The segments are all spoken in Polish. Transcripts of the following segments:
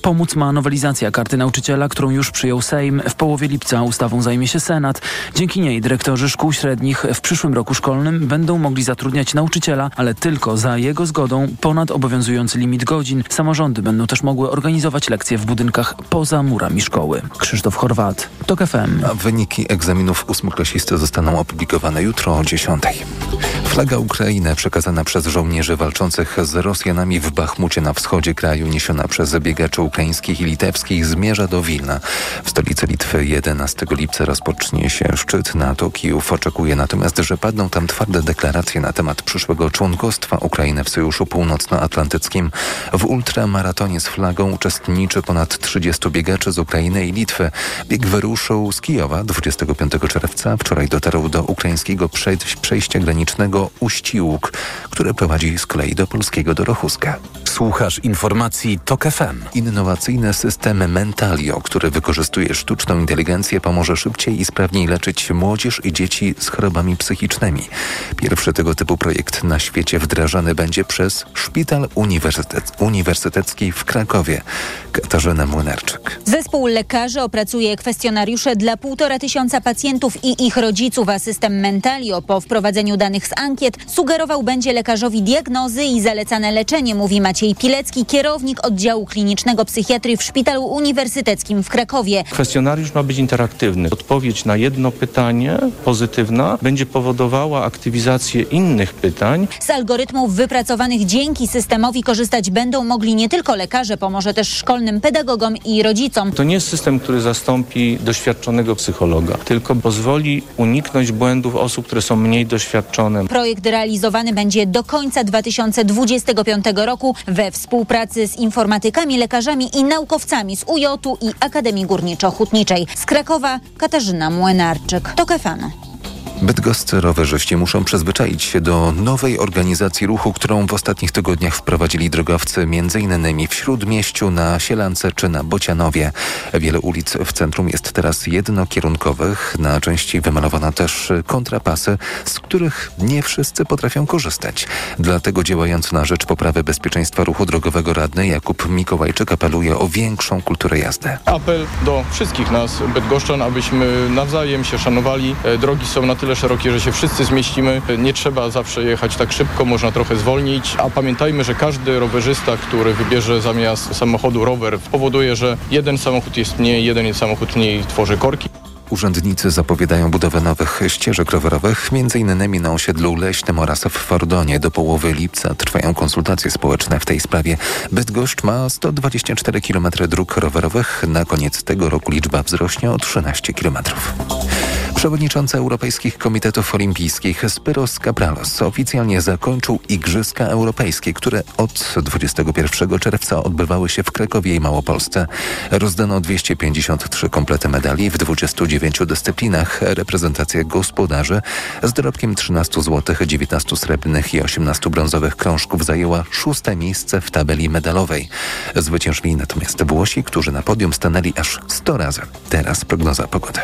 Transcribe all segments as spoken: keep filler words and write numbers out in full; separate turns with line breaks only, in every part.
Pomóc ma nowelizacja Karty Nauczyciela, którą już przyjął Sejm. W połowie lipca ustawą zajmie się Senat. Dzięki niej dyrektorzy szkół średnich w przyszłym roku szkolnym będą mogli zatrudniać nauczyciela, ale tylko za jego zgodą ponad obowiązujący limit godzin. Samorządy będą też mogły organizować lekcje w budynkach poza murami szkoły. Krzysztof Chorwat, TOK F M.
A wyniki egzaminów ósmoklasisty zostaną opublikowane jutro o dziesiątej. Flaga Ukrainy przekazana przez żołnierzy walczących z Rosjanami w Bachmucie na wschodzie kraju, niesiona przez biegaczy ukraińskich i litewskich, zmierza do Wilna. W stolicy Litwy jedenastego lipca rozpocznie się szczyt NATO. Kijów oczekuje natomiast, że padną tam twarde deklaracje na temat przyszłego członkostwa Ukrainy w Sojuszu Północnoatlantyckim. W ultramaratonie z flagą uczestniczy ponad trzydziestu biegaczy z Ukrainy i Litwy. Bieg wyruszył z Kijowa dwudziestego piątego czerwca. Wczoraj dotarł do ukraińskiego przejścia granicznego Uściłuk, które prowadzi z kolei do polskiego Dorochuska.
Słuchasz informacji TOK F M.
Innowacyjny system Mentalio, który wykorzystuje sztuczną inteligencję, pomoże szybciej i sprawniej leczyć młodzież i dzieci z chorobami psychicznymi. Pierwszy tego typu projekt na świecie wdrażany będzie przez Szpital Uniwersytet, Uniwersytecki w Krakowie. Katarzyna Młynarczyk.
Zespół lekarzy opracuje kwestionariusze dla półtora tysiąca pacjentów i ich rodziców, a system Mentalio po wprowadzeniu danych z ankiet sugerował będzie lekarzowi diagnozy i zalecane leczenie, mówi Maciej Pilecki, kierownik oddziału klinicznego psychiatrii w Szpitalu Uniwersyteckim w Krakowie.
Kwestionariusz ma być interaktywny. Odpowiedź na jedno pytanie pozytywna będzie powodowała aktywizację innych pytań.
Z algorytmów wypracowanych dzięki systemowi korzystać będą mogli nie tylko lekarze, pomoże też szkolnym pedagogom i rodzicom.
To nie jest system, który zastąpi doświadczonego psychologa, tylko pozwoli uniknąć błędów osób, które są mniej doświadczone.
Projekt realizowany będzie do końca dwa tysiące dwudziestego piątego roku we współpracy z informatykami, lekarzami i naukowcami z U J u i Akademii Górniczo-Hutniczej. Z Krakowa Katarzyna Młynarczyk, TOK F M.
Bydgoscy rowerzyści muszą przyzwyczaić się do nowej organizacji ruchu, którą w ostatnich tygodniach wprowadzili drogowcy m.in. w Śródmieściu, na Sielance czy na Bocianowie. Wiele ulic w centrum jest teraz jednokierunkowych. Na części wymalowano też kontrapasy, z których nie wszyscy potrafią korzystać. Dlatego działający na rzecz poprawy bezpieczeństwa ruchu drogowego radny Jakub Mikołajczyk apeluje o większą kulturę jazdy.
Apel do wszystkich nas, bydgoszczan, abyśmy nawzajem się szanowali. Drogi są na tyle szerokie, że się wszyscy zmieścimy. Nie trzeba zawsze jechać tak szybko, można trochę zwolnić, a pamiętajmy, że każdy rowerzysta, który wybierze zamiast samochodu rower, powoduje, że jeden samochód jest mniej, jeden samochód mniej tworzy korki.
Urzędnicy zapowiadają budowę nowych ścieżek rowerowych, m.in. na osiedlu Leśnym oraz w Fordonie. Do połowy lipca trwają konsultacje społeczne w tej sprawie. Bydgoszcz ma sto dwadzieścia cztery kilometry dróg rowerowych. Na koniec tego roku liczba wzrośnie o trzynaście kilometrów. Przewodniczący Europejskich Komitetów Olimpijskich Spyros Kapralos oficjalnie zakończył Igrzyska Europejskie, które od dwudziestego pierwszego czerwca odbywały się w Krakowie i Małopolsce. Rozdano dwieście pięćdziesiąt trzy komplety medali w dwudziestu dziewięciu dyscyplinach. Reprezentacja gospodarzy z dorobkiem trzynastu złotych, dziewiętnastu srebrnych i osiemnastu brązowych krążków zajęła szóste miejsce w tabeli medalowej. Zwyciężyli natomiast Włosi, którzy na podium stanęli aż sto razy. Teraz prognoza pogody.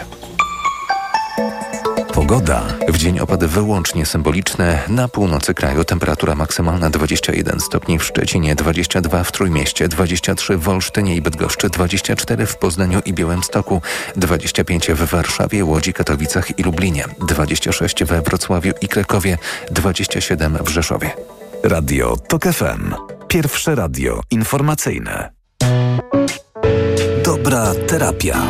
Pogoda.
W dzień opady wyłącznie symboliczne. Na północy kraju temperatura maksymalna dwadzieścia jeden stopni w Szczecinie, dwadzieścia dwa w Trójmieście, dwadzieścia trzy w Olsztynie i Bydgoszczy, dwadzieścia cztery w Poznaniu i Białymstoku, dwadzieścia pięć w Warszawie, Łodzi, Katowicach i Lublinie, dwadzieścia sześć we Wrocławiu i Krakowie, dwadzieścia siedem w Rzeszowie.
Radio TOK F M. Pierwsze radio informacyjne. Dobra terapia.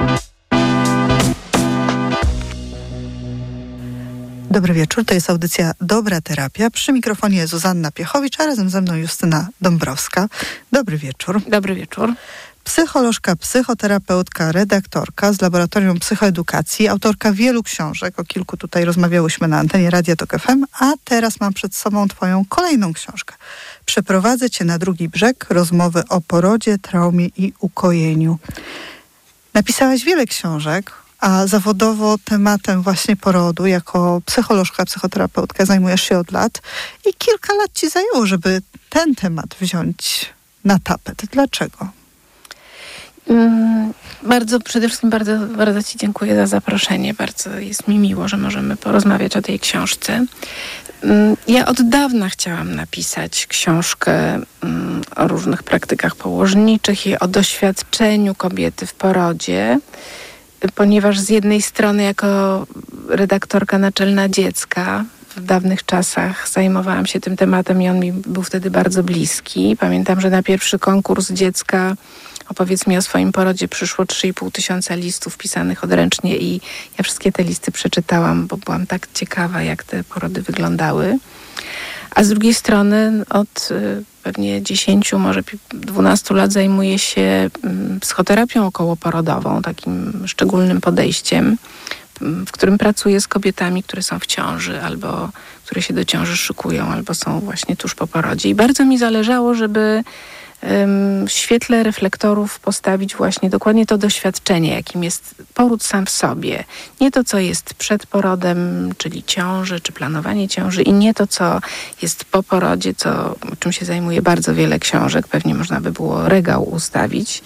Dobry wieczór, to jest audycja Dobra Terapia. Przy mikrofonie Zuzanna Piechowicz, a razem ze mną Justyna Dąbrowska. Dobry wieczór.
Dobry wieczór.
Psycholożka, psychoterapeutka, redaktorka z Laboratorium Psychoedukacji, autorka wielu książek, o kilku tutaj rozmawiałyśmy na antenie Radia Tok F M, a teraz mam przed sobą twoją kolejną książkę. Przeprowadzę cię na drugi brzeg, rozmowy o porodzie, traumie i ukojeniu. Napisałaś wiele książek, a zawodowo tematem właśnie porodu, jako psycholożka, psychoterapeutka zajmujesz się od lat i kilka lat ci zajęło, żeby ten temat wziąć na tapet. Dlaczego?
Hmm, bardzo, przede wszystkim bardzo, bardzo ci dziękuję za zaproszenie. Bardzo jest mi miło, że możemy porozmawiać o tej książce. Hmm, ja od dawna chciałam napisać książkę hmm, o różnych praktykach położniczych i o doświadczeniu kobiety w porodzie, ponieważ z jednej strony jako redaktorka naczelna dziecka w dawnych czasach zajmowałam się tym tematem i on mi był wtedy bardzo bliski. Pamiętam, że na pierwszy konkurs dziecka Opowiedz mi o swoim porodzie przyszło trzy i pół tysiąca listów pisanych odręcznie i ja wszystkie te listy przeczytałam, bo byłam tak ciekawa, jak te porody wyglądały. A z drugiej strony od y, pewnie dziesięciu, może dwunastu lat zajmuję się y, psychoterapią okołoporodową, takim szczególnym podejściem, w którym pracuję z kobietami, które są w ciąży albo które się do ciąży szykują, albo są właśnie tuż po porodzie. I bardzo mi zależało, żeby w świetle reflektorów postawić właśnie dokładnie to doświadczenie, jakim jest poród sam w sobie. Nie to, co jest przed porodem, czyli ciąży, czy planowanie ciąży i nie to, co jest po porodzie, co, czym się zajmuje bardzo wiele książek. Pewnie można by było regał ustawić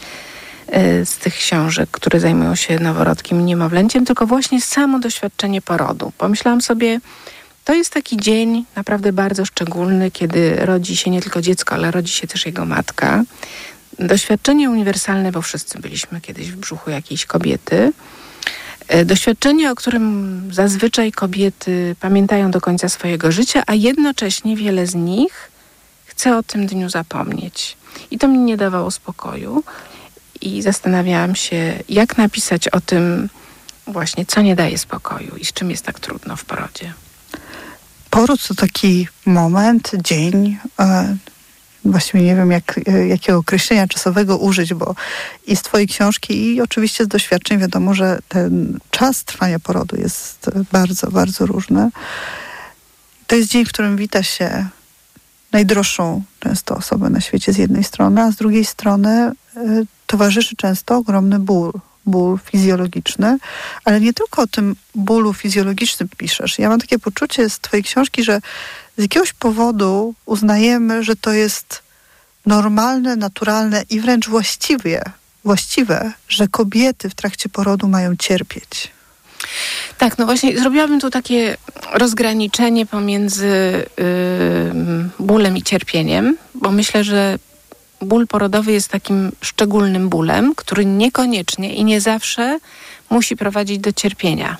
z tych książek, które zajmują się noworodkiem i niemowlęciem, tylko właśnie samo doświadczenie porodu. Pomyślałam sobie, to jest taki dzień naprawdę bardzo szczególny, kiedy rodzi się nie tylko dziecko, ale rodzi się też jego matka. Doświadczenie uniwersalne, bo wszyscy byliśmy kiedyś w brzuchu jakiejś kobiety. Doświadczenie, o którym zazwyczaj kobiety pamiętają do końca swojego życia, a jednocześnie wiele z nich chce o tym dniu zapomnieć. I to mi nie dawało spokoju. I zastanawiałam się, jak napisać o tym właśnie, co nie daje spokoju i z czym jest tak trudno w porodzie.
Poród to taki moment, dzień, e, właściwie nie wiem jak, e, jakiego określenia czasowego użyć, bo i z twojej książki i oczywiście z doświadczeń wiadomo, że ten czas trwania porodu jest bardzo, bardzo różny. To jest dzień, w którym wita się najdroższą często osobę na świecie z jednej strony, a z drugiej strony e, towarzyszy często ogromny ból. ból fizjologiczny, ale nie tylko o tym bólu fizjologicznym piszesz. Ja mam takie poczucie z twojej książki, że z jakiegoś powodu uznajemy, że to jest normalne, naturalne i wręcz właściwie, właściwe, że kobiety w trakcie porodu mają cierpieć.
Tak, no właśnie zrobiłabym tu takie rozgraniczenie pomiędzy yy, bólem i cierpieniem, bo myślę, że ból porodowy jest takim szczególnym bólem, który niekoniecznie i nie zawsze musi prowadzić do cierpienia.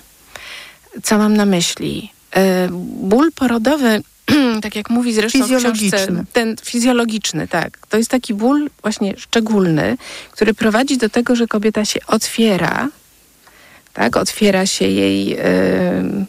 Co mam na myśli? Ból porodowy, tak jak mówi zresztą w książce, ten fizjologiczny, tak. To jest taki ból właśnie szczególny, który prowadzi do tego, że kobieta się otwiera, tak? Otwiera się jej... Yy,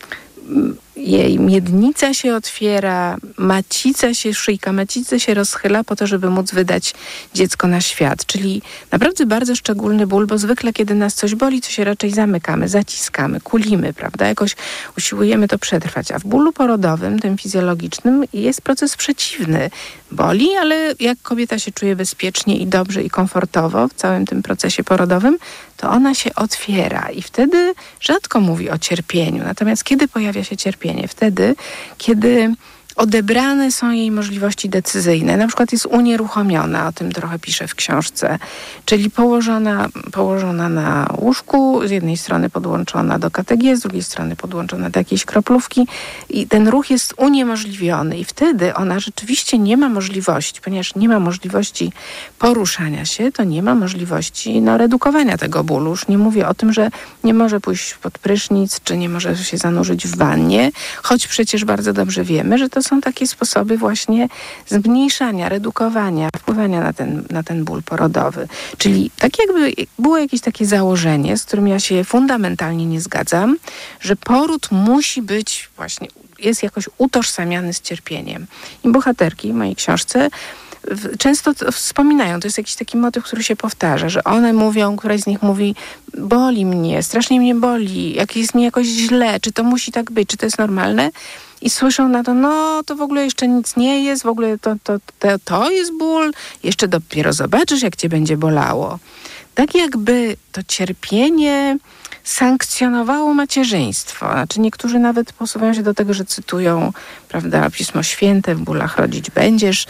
jej miednica się otwiera, macica się, szyjka macicy się rozchyla po to, żeby móc wydać dziecko na świat. Czyli naprawdę bardzo szczególny ból, bo zwykle kiedy nas coś boli, to się raczej zamykamy, zaciskamy, kulimy, prawda? Jakoś usiłujemy to przetrwać. A w bólu porodowym, tym fizjologicznym, jest proces przeciwny. Boli, ale jak kobieta się czuje bezpiecznie i dobrze i komfortowo w całym tym procesie porodowym, to ona się otwiera i wtedy rzadko mówi o cierpieniu. Natomiast kiedy pojawia się cierpienie? Wtedy, kiedy odebrane są jej możliwości decyzyjne. Na przykład jest unieruchomiona, o tym trochę piszę w książce, czyli położona, położona na łóżku, z jednej strony podłączona do K T G, z drugiej strony podłączona do jakiejś kroplówki i ten ruch jest uniemożliwiony i wtedy ona rzeczywiście nie ma możliwości, ponieważ nie ma możliwości poruszania się, to nie ma możliwości no, redukowania tego bólu. Już nie mówię o tym, że nie może pójść pod prysznic, czy nie może się zanurzyć w wannie, choć przecież bardzo dobrze wiemy, że to są takie sposoby właśnie zmniejszania, redukowania, wpływania na ten, na ten ból porodowy. Czyli tak jakby było jakieś takie założenie, z którym ja się fundamentalnie nie zgadzam, że poród musi być właśnie, jest jakoś utożsamiany z cierpieniem. I bohaterki w mojej książce często wspominają, to jest jakiś taki motyw, który się powtarza, że one mówią, któraś z nich mówi, boli mnie, strasznie mnie boli, jak jest mi jakoś źle, czy to musi tak być, czy to jest normalne? I słyszą na to, no to w ogóle jeszcze nic nie jest, w ogóle to, to, to, to jest ból, jeszcze dopiero zobaczysz, jak cię będzie bolało. Tak jakby to cierpienie sankcjonowało macierzyństwo. Znaczy niektórzy nawet posuwają się do tego, że cytują, prawda, Pismo Święte, w bólach rodzić będziesz.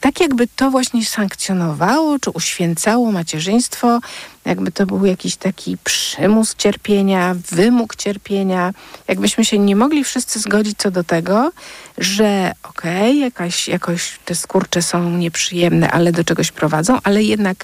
tak jakby to właśnie sankcjonowało, czy uświęcało macierzyństwo, jakby to był jakiś taki przymus cierpienia, wymóg cierpienia. Jakbyśmy się nie mogli wszyscy zgodzić co do tego, że okej, okay, jakaś, jakoś te skurcze są nieprzyjemne, ale do czegoś prowadzą, ale jednak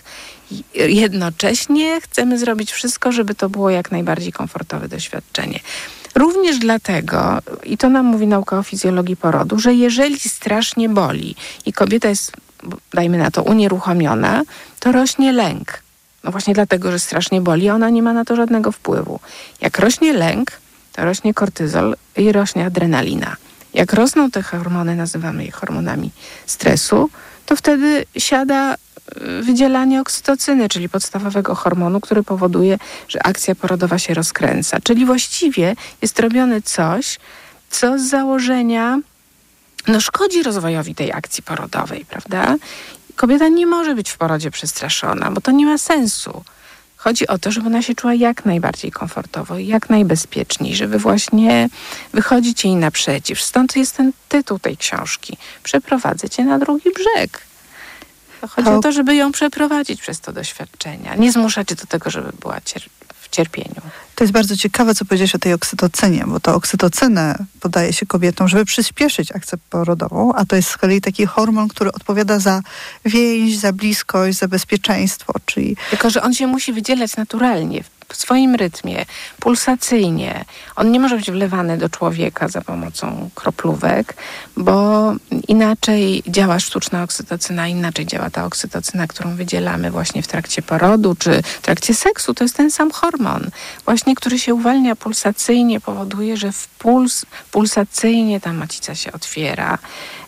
jednocześnie chcemy zrobić wszystko, żeby to było jak najbardziej komfortowe doświadczenie. Również dlatego, i to nam mówi nauka o fizjologii porodu, że jeżeli strasznie boli i kobieta jest, dajmy na to, unieruchomiona, to rośnie lęk. No właśnie dlatego, że strasznie boli, a ona nie ma na to żadnego wpływu. Jak rośnie lęk, to rośnie kortyzol i rośnie adrenalina. Jak rosną te hormony, nazywamy je hormonami stresu, to wtedy siada wydzielanie oksytocyny, czyli podstawowego hormonu, który powoduje, że akcja porodowa się rozkręca. Czyli właściwie jest robione coś, co z założenia no, szkodzi rozwojowi tej akcji porodowej, prawda? Kobieta nie może być w porodzie przestraszona, bo to nie ma sensu. Chodzi o to, żeby ona się czuła jak najbardziej komfortowo i jak najbezpieczniej, żeby właśnie wychodzić jej naprzeciw. Stąd jest ten tytuł tej książki. Przeprowadzę cię na drugi brzeg. To chodzi o to, żeby ją przeprowadzić przez to doświadczenia. Nie zmuszać do tego, żeby była cier- w cierpieniu.
To jest bardzo ciekawe, co powiedziałeś o tej oksytocynie, bo to oksytocynę podaje się kobietom, żeby przyspieszyć akcję porodową, a to jest z kolei taki hormon, który odpowiada za więź, za bliskość, za bezpieczeństwo, czyli...
Tylko, że on się musi wydzielać naturalnie, w swoim rytmie, pulsacyjnie. On nie może być wlewany do człowieka za pomocą kroplówek, bo inaczej działa sztuczna oksytocyna, inaczej działa ta oksytocyna, którą wydzielamy właśnie w trakcie porodu, czy w trakcie seksu. To jest ten sam hormon, właśnie, który się uwalnia pulsacyjnie, powoduje, że w puls, pulsacyjnie ta macica się otwiera,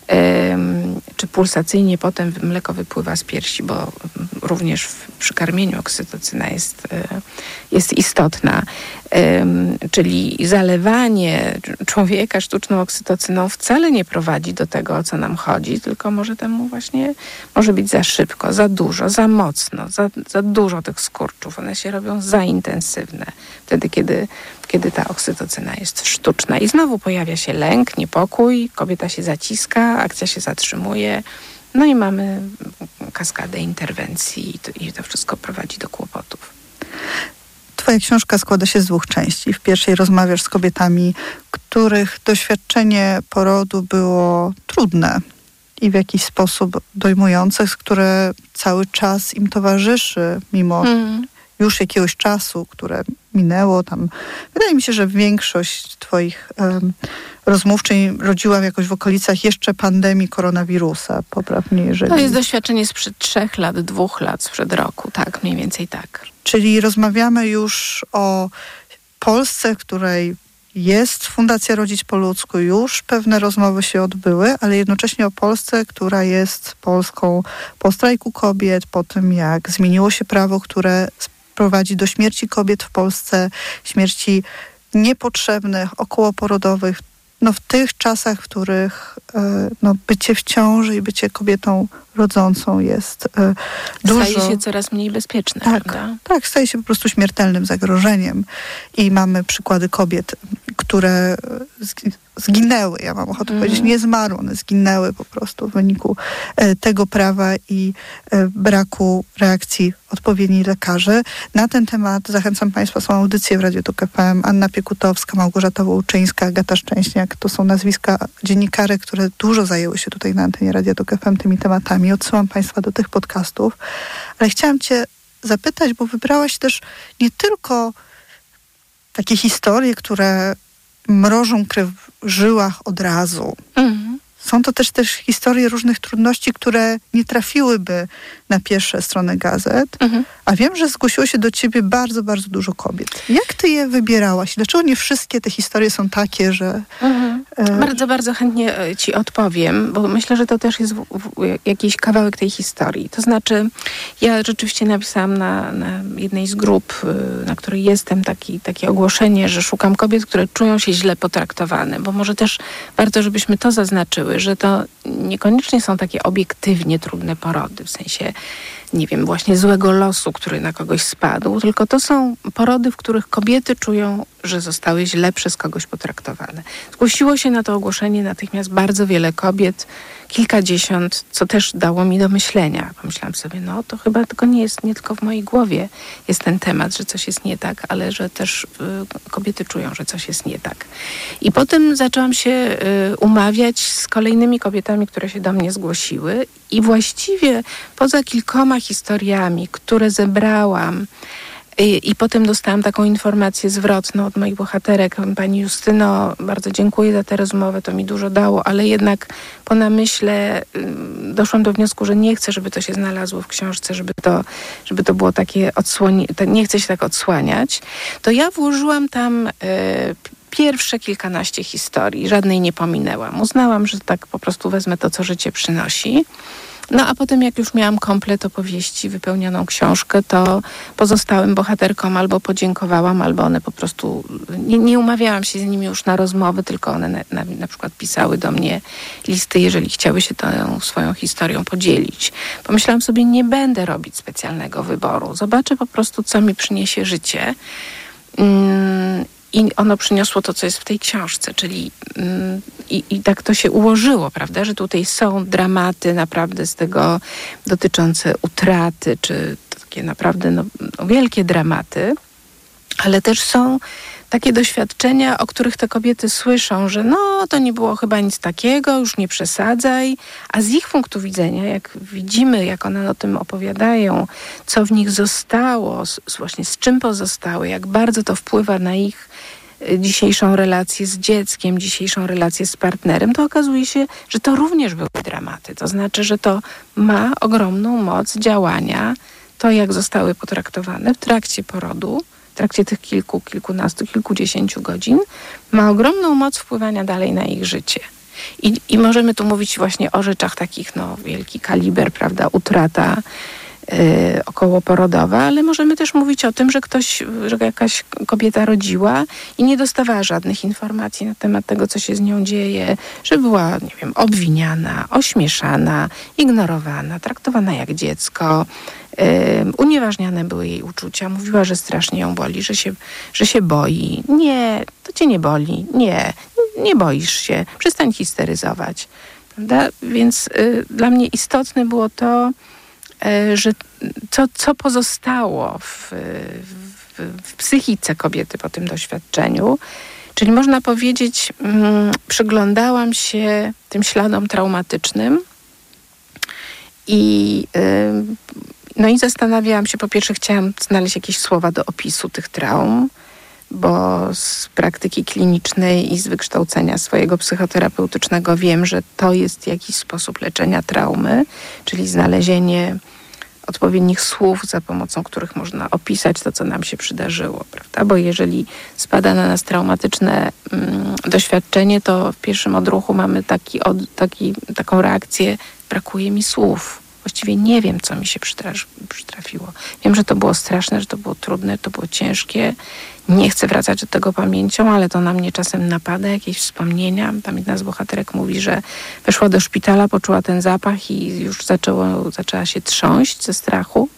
ym, czy pulsacyjnie potem mleko wypływa z piersi, bo również w, przy karmieniu oksytocyna jest, y, jest istotna. Ym, czyli zalewanie człowieka sztuczną oksytocyną wcale nie prowadzi do tego, o co nam chodzi, tylko może temu właśnie, może być za szybko, za dużo, za mocno, za, za dużo tych skurczów. One się robią za intensywne wtedy, kiedy, kiedy ta oksytocyna jest sztuczna. I znowu pojawia się lęk, niepokój, kobieta się zaciska, akcja się zatrzymuje, no i mamy kaskadę interwencji i to, i to wszystko prowadzi do kłopotów.
Twoja książka składa się z dwóch części. W pierwszej rozmawiasz z kobietami, których doświadczenie porodu było trudne i w jakiś sposób dojmujące, które cały czas im towarzyszy, mimo mm. już jakiegoś czasu, które minęło tam. Wydaje mi się, że większość twoich um, rozmówczyń rodziła jakoś w okolicach jeszcze pandemii koronawirusa. Popraw mnie, jeżeli...
To jest doświadczenie sprzed trzech lat, dwóch lat, sprzed roku. Tak, mniej więcej tak.
Czyli rozmawiamy już o Polsce, w której jest Fundacja Rodzić po ludzku, już pewne rozmowy się odbyły, ale jednocześnie o Polsce, która jest Polską po strajku kobiet, po tym jak zmieniło się prawo, które prowadzi do śmierci kobiet w Polsce, śmierci niepotrzebnych, okołoporodowych, no w tych czasach, w których no, bycie w ciąży i bycie kobietą rodzącą jest e, dużo...
Staje się coraz mniej bezpieczne,
tak,
prawda?
Tak, staje się po prostu śmiertelnym zagrożeniem. I mamy przykłady kobiet, które zginęły, ja mam ochotę mm. powiedzieć, nie zmarły, one zginęły po prostu w wyniku e, tego prawa i e, braku reakcji odpowiednich lekarzy. Na ten temat zachęcam Państwa, są audycje w Radiu Tok F M. Anna Piekutowska, Małgorzata Wołczyńska, Agata Szczęśniak. To są nazwiska dziennikarek, które dużo zajęły się tutaj na antenie Radia Tok F M tymi tematami. Odsyłam Państwa do tych podcastów. Ale chciałam Cię zapytać, bo wybrałaś też nie tylko takie historie, które mrożą krew w żyłach od razu. Mhm. Są to też, też historie różnych trudności, które nie trafiłyby na pierwsze strony gazet. Mhm. A wiem, że zgłosiło się do ciebie bardzo, bardzo dużo kobiet. Jak ty je wybierałaś? Dlaczego nie wszystkie te historie są takie, że...
Mhm. E... Bardzo, bardzo chętnie ci odpowiem, bo myślę, że to też jest w, w, jakiś kawałek tej historii. To znaczy, ja rzeczywiście napisałam na, na jednej z grup, na której jestem, taki, takie ogłoszenie, że szukam kobiet, które czują się źle potraktowane, bo może też warto, żebyśmy to zaznaczyły, że to niekoniecznie są takie obiektywnie trudne porody, w sensie, nie wiem, właśnie złego losu, który na kogoś spadł, tylko to są porody, w których kobiety czują, że zostały źle przez kogoś potraktowane. Zgłosiło się na to ogłoszenie natychmiast bardzo wiele kobiet, kilkadziesiąt, co też dało mi do myślenia. Pomyślałam sobie, no to chyba tylko nie jest, nie tylko w mojej głowie jest ten temat, że coś jest nie tak, ale że też y, kobiety czują, że coś jest nie tak. I potem zaczęłam się y, umawiać z kolejnymi kobietami, które się do mnie zgłosiły i właściwie poza kilkoma historiami, które zebrałam, I, I potem dostałam taką informację zwrotną od moich bohaterek. Pani Justyno, bardzo dziękuję za tę rozmowę, to mi dużo dało, ale jednak po namyśle y, doszłam do wniosku, że nie chcę, żeby to się znalazło w książce, żeby to, żeby to było takie odsłoni... Nie chcę się tak odsłaniać. To ja włożyłam tam y, pierwsze kilkanaście historii. Żadnej nie pominęłam. Uznałam, że tak po prostu wezmę to, co życie przynosi. No a potem jak już miałam komplet opowieści, wypełnioną książkę, to pozostałym bohaterkom albo podziękowałam, albo one po prostu, nie, nie umawiałam się z nimi już na rozmowy, tylko one na, na, na przykład pisały do mnie listy, jeżeli chciały się tą swoją historią podzielić. Pomyślałam sobie, nie będę robić specjalnego wyboru. Zobaczę po prostu, co mi przyniesie życie. Mm, I ono przyniosło to, co jest w tej książce, czyli mm, i, i tak to się ułożyło, prawda, że tutaj są dramaty naprawdę z tego dotyczące utraty, czy takie naprawdę no, no, wielkie dramaty, ale też są takie doświadczenia, o których te kobiety słyszą, że no, to nie było chyba nic takiego, już nie przesadzaj, a z ich punktu widzenia, jak widzimy, jak one o tym opowiadają, co w nich zostało, z, właśnie z czym pozostały, jak bardzo to wpływa na ich dzisiejszą relację z dzieckiem, dzisiejszą relację z partnerem, to okazuje się, że to również były dramaty. To znaczy, że to ma ogromną moc działania, to jak zostały potraktowane w trakcie porodu, w trakcie tych kilku, kilkunastu, kilkudziesięciu godzin, ma ogromną moc wpływania dalej na ich życie. I, i możemy tu mówić właśnie o rzeczach takich, no, wielki kaliber, prawda, utrata yy, okołoporodowa, ale możemy też mówić o tym, że ktoś, że jakaś kobieta rodziła i nie dostawała żadnych informacji na temat tego, co się z nią dzieje, że była, nie wiem, obwiniana, ośmieszana, ignorowana, traktowana jak dziecko, Yy, unieważniane były jej uczucia, mówiła, że strasznie ją boli, że się, że się boi. Nie, to cię nie boli. Nie, nie boisz się. Przestań histeryzować. Prawda? Więc yy, dla mnie istotne było to, yy, że co, co pozostało w, w, w psychice kobiety po tym doświadczeniu. Czyli można powiedzieć, yy, przyglądałam się tym śladom traumatycznym i yy, No i zastanawiałam się, po pierwsze chciałam znaleźć jakieś słowa do opisu tych traum, bo z praktyki klinicznej i z wykształcenia swojego psychoterapeutycznego wiem, że to jest jakiś sposób leczenia traumy, czyli znalezienie odpowiednich słów, za pomocą których można opisać to, co nam się przydarzyło, prawda? Bo jeżeli spada na nas traumatyczne mm, doświadczenie, to w pierwszym odruchu mamy taki, od, taki, taką reakcję, brakuje mi słów. Właściwie nie wiem, co mi się przytrafiło. Wiem, że to było straszne, że to było trudne, to było ciężkie. Nie chcę wracać do tego pamięcią, ale to na mnie czasem napada, jakieś wspomnienia. Tam jedna z bohaterek mówi, że weszła do szpitala, poczuła ten zapach i już zaczęło, zaczęła się trząść ze strachu.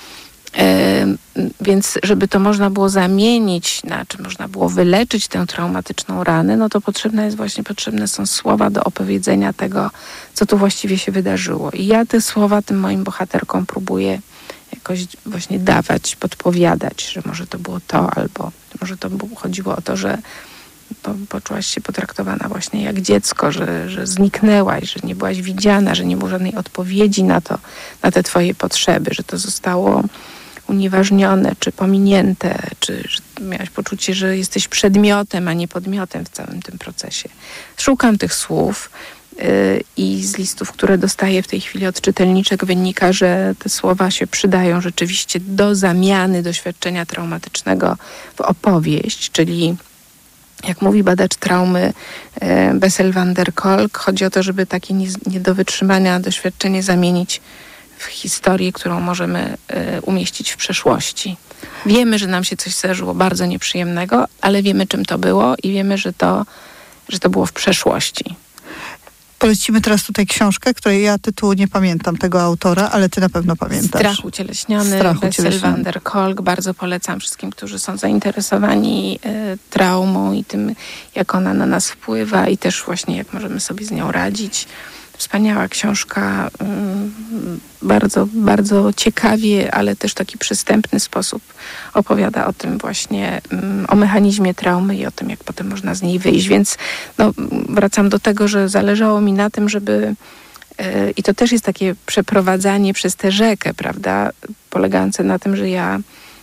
Yy, więc żeby to można było zamienić, na czym można było wyleczyć tę traumatyczną ranę, no to potrzebne jest właśnie, potrzebne są słowa do opowiedzenia tego, co tu właściwie się wydarzyło. I ja te słowa tym moim bohaterkom próbuję jakoś właśnie dawać, podpowiadać, że może to było to, albo może to było, chodziło o to, że po, poczułaś się potraktowana właśnie jak dziecko, że, że zniknęłaś, że nie byłaś widziana, że nie było żadnej odpowiedzi na to, na te twoje potrzeby, że to zostało unieważnione, czy pominięte, czy że miałaś poczucie, że jesteś przedmiotem, a nie podmiotem w całym tym procesie. Szukam tych słów yy, i z listów, które dostaję w tej chwili od czytelniczek, wynika, że te słowa się przydają rzeczywiście do zamiany doświadczenia traumatycznego w opowieść, czyli jak mówi badacz traumy yy, Bessel van der Kolk, chodzi o to, żeby takie nie, nie do wytrzymania doświadczenie zamienić w historię, którą możemy y, umieścić w przeszłości. Wiemy, że nam się coś zdarzyło bardzo nieprzyjemnego, ale wiemy, czym to było i wiemy, że to, że to było w przeszłości.
Polecimy teraz tutaj książkę, której ja tytułu nie pamiętam tego autora, ale ty na pewno pamiętasz.
Strach ucieleśniony,
Strach
Bessel
ucieleśniony.
van der Kolk. Bardzo polecam wszystkim, którzy są zainteresowani y, traumą i tym, jak ona na nas wpływa i też właśnie jak możemy sobie z nią radzić. Wspaniała książka, bardzo, bardzo ciekawie, ale też w taki przystępny sposób opowiada o tym właśnie, o mechanizmie traumy i o tym, jak potem można z niej wyjść. Więc no, wracam do tego, że zależało mi na tym, żeby i to też jest takie przeprowadzanie przez tę rzekę, prawda, polegające na tym, że ja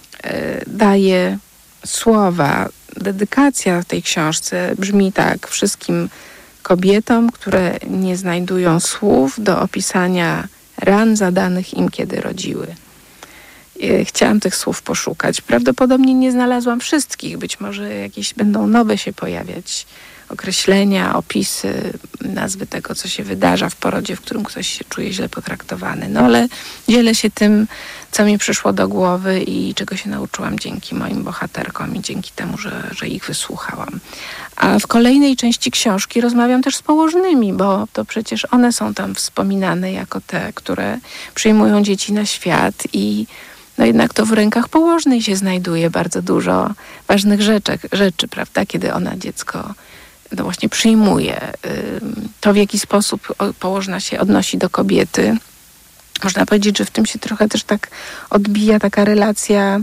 daję słowa. Dedykacja w tej książce brzmi tak: wszystkim kobietom, które nie znajdują słów do opisania ran zadanych im, kiedy rodziły. Chciałam tych słów poszukać. Prawdopodobnie nie znalazłam wszystkich. Być może jakieś będą nowe się pojawiać określenia, opisy, nazwy tego, co się wydarza w porodzie, w którym ktoś się czuje źle potraktowany. No ale dzielę się tym, co mi przyszło do głowy i czego się nauczyłam dzięki moim bohaterkom i dzięki temu, że, że ich wysłuchałam. A w kolejnej części książki rozmawiam też z położnymi, bo to przecież one są tam wspominane jako te, które przyjmują dzieci na świat i no jednak to w rękach położnej się znajduje bardzo dużo ważnych rzeczy, rzeczy, prawda? Kiedy ona dziecko no właśnie przyjmuje. To, w jaki sposób położna się odnosi do kobiety. Można powiedzieć, że w tym się trochę też tak odbija taka relacja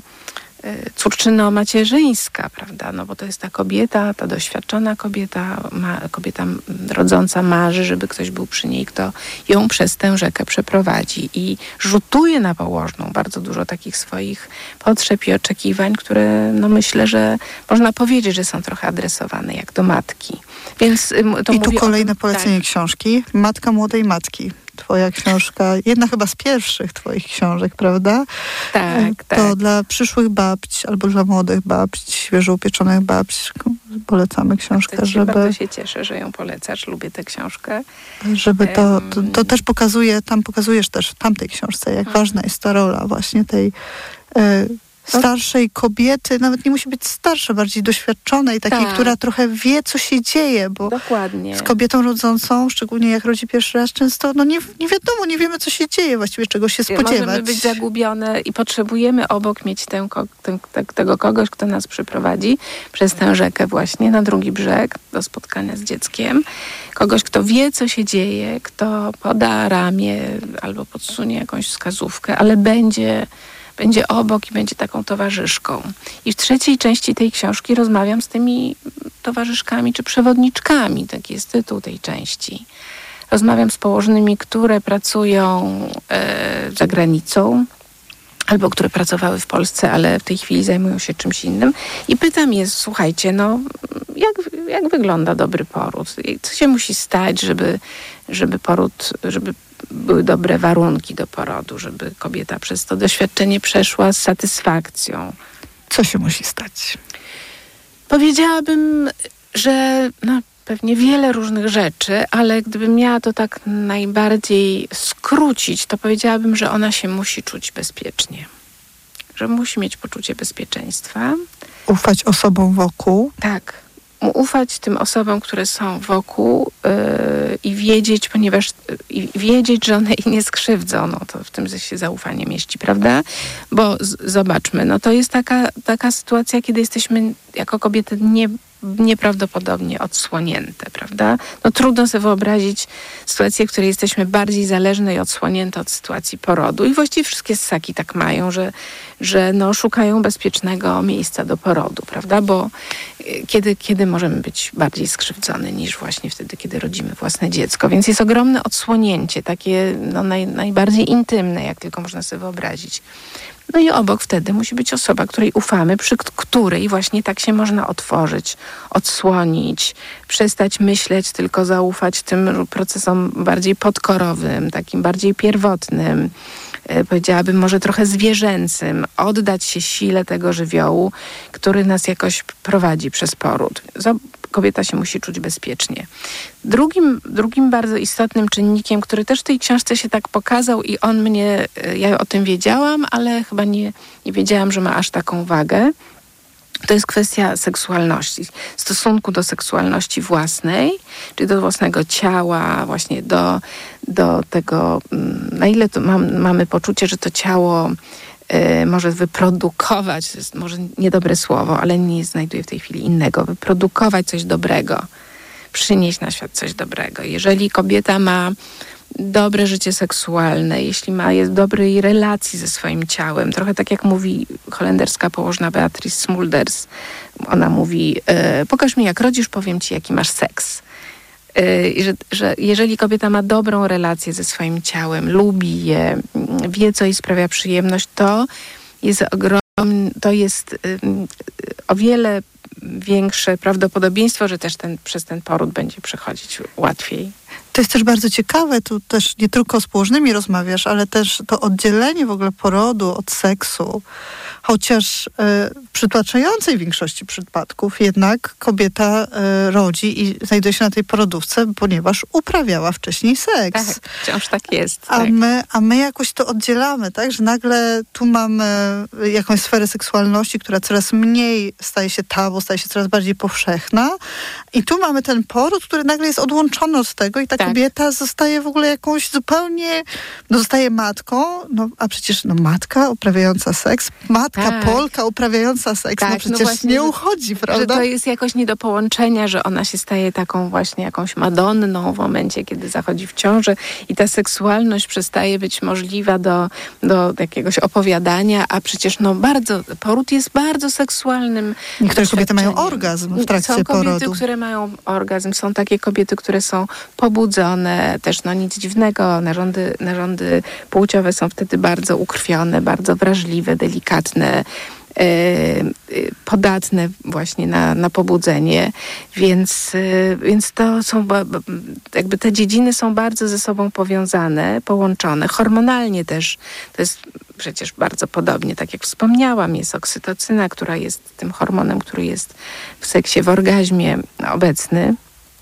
córczyno-macierzyńska, prawda? No bo to jest ta kobieta, ta doświadczona kobieta, ma, kobieta rodząca marzy, żeby ktoś był przy niej, kto ją przez tę rzekę przeprowadzi i rzutuje na położną bardzo dużo takich swoich potrzeb i oczekiwań, które no myślę, że można powiedzieć, że są trochę adresowane jak do matki. Więc to
I tu kolejne
tym,
polecenie
tak.
książki. Matka młodej matki. Twoja książka, jedna chyba z pierwszych twoich książek, prawda?
Tak,
to
tak.
Dla przyszłych babć albo dla młodych babć, świeżo upieczonych babć polecamy książkę,
To
żeby...
Bardzo się cieszę, że ją polecasz. Lubię tę książkę.
Żeby to, to, to też pokazuje, tam pokazujesz też w tamtej książce, jak mhm. ważna jest ta rola właśnie tej e, starszej kobiety, nawet nie musi być starsza, bardziej doświadczonej, takiej,
tak.
która trochę wie, co się dzieje, bo
Dokładnie.
z kobietą rodzącą, szczególnie jak rodzi pierwszy raz, często no nie, nie wiadomo, nie wiemy, co się dzieje, właściwie czego się spodziewać.
Możemy być zagubione i potrzebujemy obok mieć tę, tę, tę, tego kogoś, kto nas przyprowadzi przez tę rzekę właśnie na drugi brzeg do spotkania z dzieckiem. Kogoś, kto wie, co się dzieje, kto poda ramię albo podsunie jakąś wskazówkę, ale będzie będzie obok i będzie taką towarzyszką. I w trzeciej części tej książki rozmawiam z tymi towarzyszkami czy przewodniczkami, taki jest tytuł tej części. Rozmawiam z położnymi, które pracują e, za granicą albo które pracowały w Polsce, ale w tej chwili zajmują się czymś innym. I pytam je, słuchajcie, no jak, jak wygląda dobry poród? Co się musi stać, żeby, żeby poród, żeby były dobre warunki do porodu, żeby kobieta przez to doświadczenie przeszła z satysfakcją?
Co się musi stać?
Powiedziałabym, że no, pewnie wiele różnych rzeczy, ale gdybym miała to tak najbardziej skrócić, to powiedziałabym, że ona się musi czuć bezpiecznie. Że musi mieć poczucie bezpieczeństwa.
Ufać osobom wokół.
Tak. Ufać tym osobom, które są wokół yy, i wiedzieć, ponieważ yy, wiedzieć, że one jej nie skrzywdzą, no to w tym się zaufanie mieści, prawda? Bo z, zobaczmy, no to jest taka, taka sytuacja, kiedy jesteśmy jako kobiety nie, nieprawdopodobnie odsłonięte, prawda? No trudno sobie wyobrazić sytuację, w której jesteśmy bardziej zależne i odsłonięte od sytuacji porodu. I właściwie wszystkie ssaki tak mają, że, że no, szukają bezpiecznego miejsca do porodu, prawda? Bo kiedy, kiedy możemy być bardziej skrzywdzone niż właśnie wtedy, kiedy rodzimy własne dziecko. Więc jest ogromne odsłonięcie, takie no, naj, najbardziej intymne, jak tylko można sobie wyobrazić. No i obok wtedy musi być osoba, której ufamy, przy której właśnie tak się można otworzyć, odsłonić, przestać myśleć, tylko zaufać tym procesom bardziej podkorowym, takim bardziej pierwotnym, powiedziałabym może trochę zwierzęcym, oddać się sile tego żywiołu, który nas jakoś prowadzi przez poród. Kobieta się musi czuć bezpiecznie. Drugim, drugim bardzo istotnym czynnikiem, który też w tej książce się tak pokazał i on mnie, ja o tym wiedziałam, ale chyba nie, nie wiedziałam, że ma aż taką wagę, to jest kwestia seksualności, stosunku do seksualności własnej, czyli do własnego ciała, właśnie do, do tego, na ile to mam, mamy poczucie, że to ciało y, może wyprodukować, to jest może niedobre słowo, ale nie znajduję w tej chwili innego, wyprodukować coś dobrego przynieść na świat coś dobrego. Jeżeli kobieta ma dobre życie seksualne, jeśli ma jest dobrej relacji ze swoim ciałem, trochę tak jak mówi holenderska położna Beatrice Smulders, ona mówi, e, pokaż mi jak rodzisz, powiem ci jaki masz seks. I że, że jeżeli kobieta ma dobrą relację ze swoim ciałem, lubi je, wie, co jej sprawia przyjemność, to jest ogromne, to jest um, o wiele większe prawdopodobieństwo, że też ten, przez ten poród będzie przechodzić łatwiej.
To jest też bardzo ciekawe, tu też nie tylko z położnymi rozmawiasz, ale też to oddzielenie w ogóle porodu od seksu. Chociaż e, w przytłaczającej większości przypadków jednak kobieta e, rodzi i znajduje się na tej porodówce, ponieważ uprawiała wcześniej seks.
Tak, wciąż tak jest.
A,
tak.
My, a my jakoś to oddzielamy, tak? Że nagle tu mamy jakąś sferę seksualności, która coraz mniej staje się tabu, staje się coraz bardziej powszechna. I tu mamy ten poród, który nagle jest odłączony od tego i ta
tak.
kobieta zostaje w ogóle jakąś zupełnie, no zostaje matką, no a przecież no matka uprawiająca seks, matka
Tak.
Polka uprawiająca seks,
Tak,
no
no
przecież
właśnie,
nie
że-
uchodzi, prawda?
Że to jest jakoś nie do połączenia, że ona się staje taką właśnie jakąś Madonną w momencie, kiedy zachodzi w ciążę i ta seksualność przestaje być możliwa do, do jakiegoś opowiadania, a przecież no bardzo, poród jest bardzo seksualnym
Niektóre kobiety mają
doświadczeniem.
orgazm w trakcie
Są kobiety,
porodu.
które mają orgazm, są takie kobiety, które są pobudzone, też no nic dziwnego, narządy, narządy płciowe są wtedy bardzo ukrwione, bardzo wrażliwe, delikatne, e, e, podatne właśnie na, na pobudzenie, więc, e, więc to są, ba- ba- jakby te dziedziny są bardzo ze sobą powiązane, połączone, hormonalnie też, to jest przecież bardzo podobnie, tak jak wspomniałam, jest oksytocyna, która jest tym hormonem, który jest w seksie, w orgazmie obecny.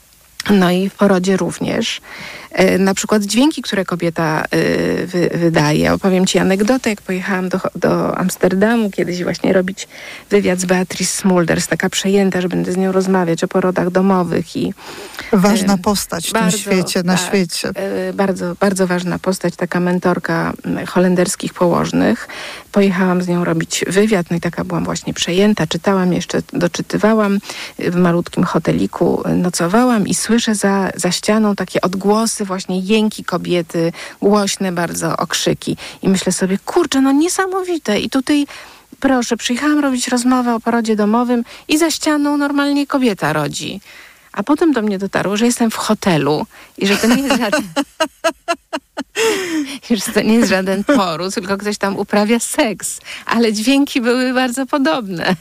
No i w porodzie również. E, na przykład dźwięki, które kobieta e, wy, wydaje. Opowiem ci anegdotę, jak pojechałam do, do Amsterdamu kiedyś właśnie robić wywiad z Beatrice Smulders, taka przejęta, że będę z nią rozmawiać o porodach domowych i
Ważna
e,
postać w
bardzo,
tym świecie, na
tak,
świecie.
e, Bardzo, bardzo ważna postać, taka mentorka m, holenderskich położnych. Pojechałam z nią robić wywiad, no i taka byłam właśnie przejęta. Czytałam jeszcze, doczytywałam, w malutkim hoteliku nocowałam i słyszę za, za ścianą takie odgłosy, właśnie jęki kobiety, głośne bardzo okrzyki. I myślę sobie, kurczę, no niesamowite. I tutaj, proszę, przyjechałam robić rozmowę o porodzie domowym i za ścianą normalnie kobieta rodzi. A potem do mnie dotarło, że jestem w hotelu i że to nie jest żaden... i że to nie jest żaden poród, tylko ktoś tam uprawia seks. Ale dźwięki były bardzo podobne.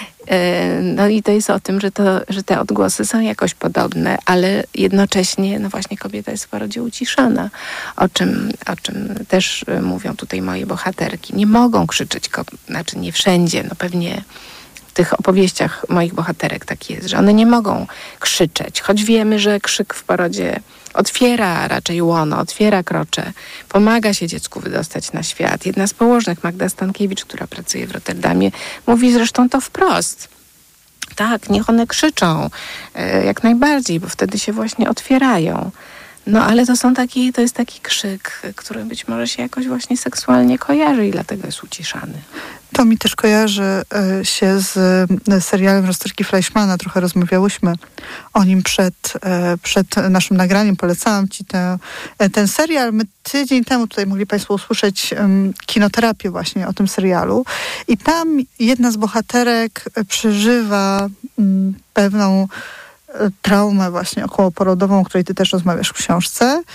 E, No i to jest o tym, że, to, że te odgłosy są jakoś podobne, ale jednocześnie, no właśnie kobieta jest w porodzie uciszona, o czym, o czym też e, mówią tutaj moje bohaterki. Nie mogą krzyczeć, ko- znaczy nie wszędzie, no pewnie w tych opowieściach moich bohaterek tak jest, że one nie mogą krzyczeć, choć wiemy, że krzyk w porodzie otwiera raczej łono, otwiera krocze, pomaga się dziecku wydostać na świat. Jedna z położnych, Magda Stankiewicz, która pracuje w Rotterdamie, mówi zresztą to wprost. Tak, niech one krzyczą, e, jak najbardziej, bo wtedy się właśnie otwierają. No ale to są taki, to jest taki krzyk, który być może się jakoś właśnie seksualnie kojarzy i dlatego jest uciszany.
To mi też kojarzy e, się z e, serialem Rozterki Fleischmana. Trochę rozmawiałyśmy o nim przed, e, przed naszym nagraniem. Polecałam ci te, e, ten serial. My tydzień temu tutaj mogli Państwo usłyszeć um, kinoterapię właśnie o tym serialu. I tam jedna z bohaterek przeżywa um, pewną e, traumę właśnie okołoporodową, o której ty też rozmawiasz w książce.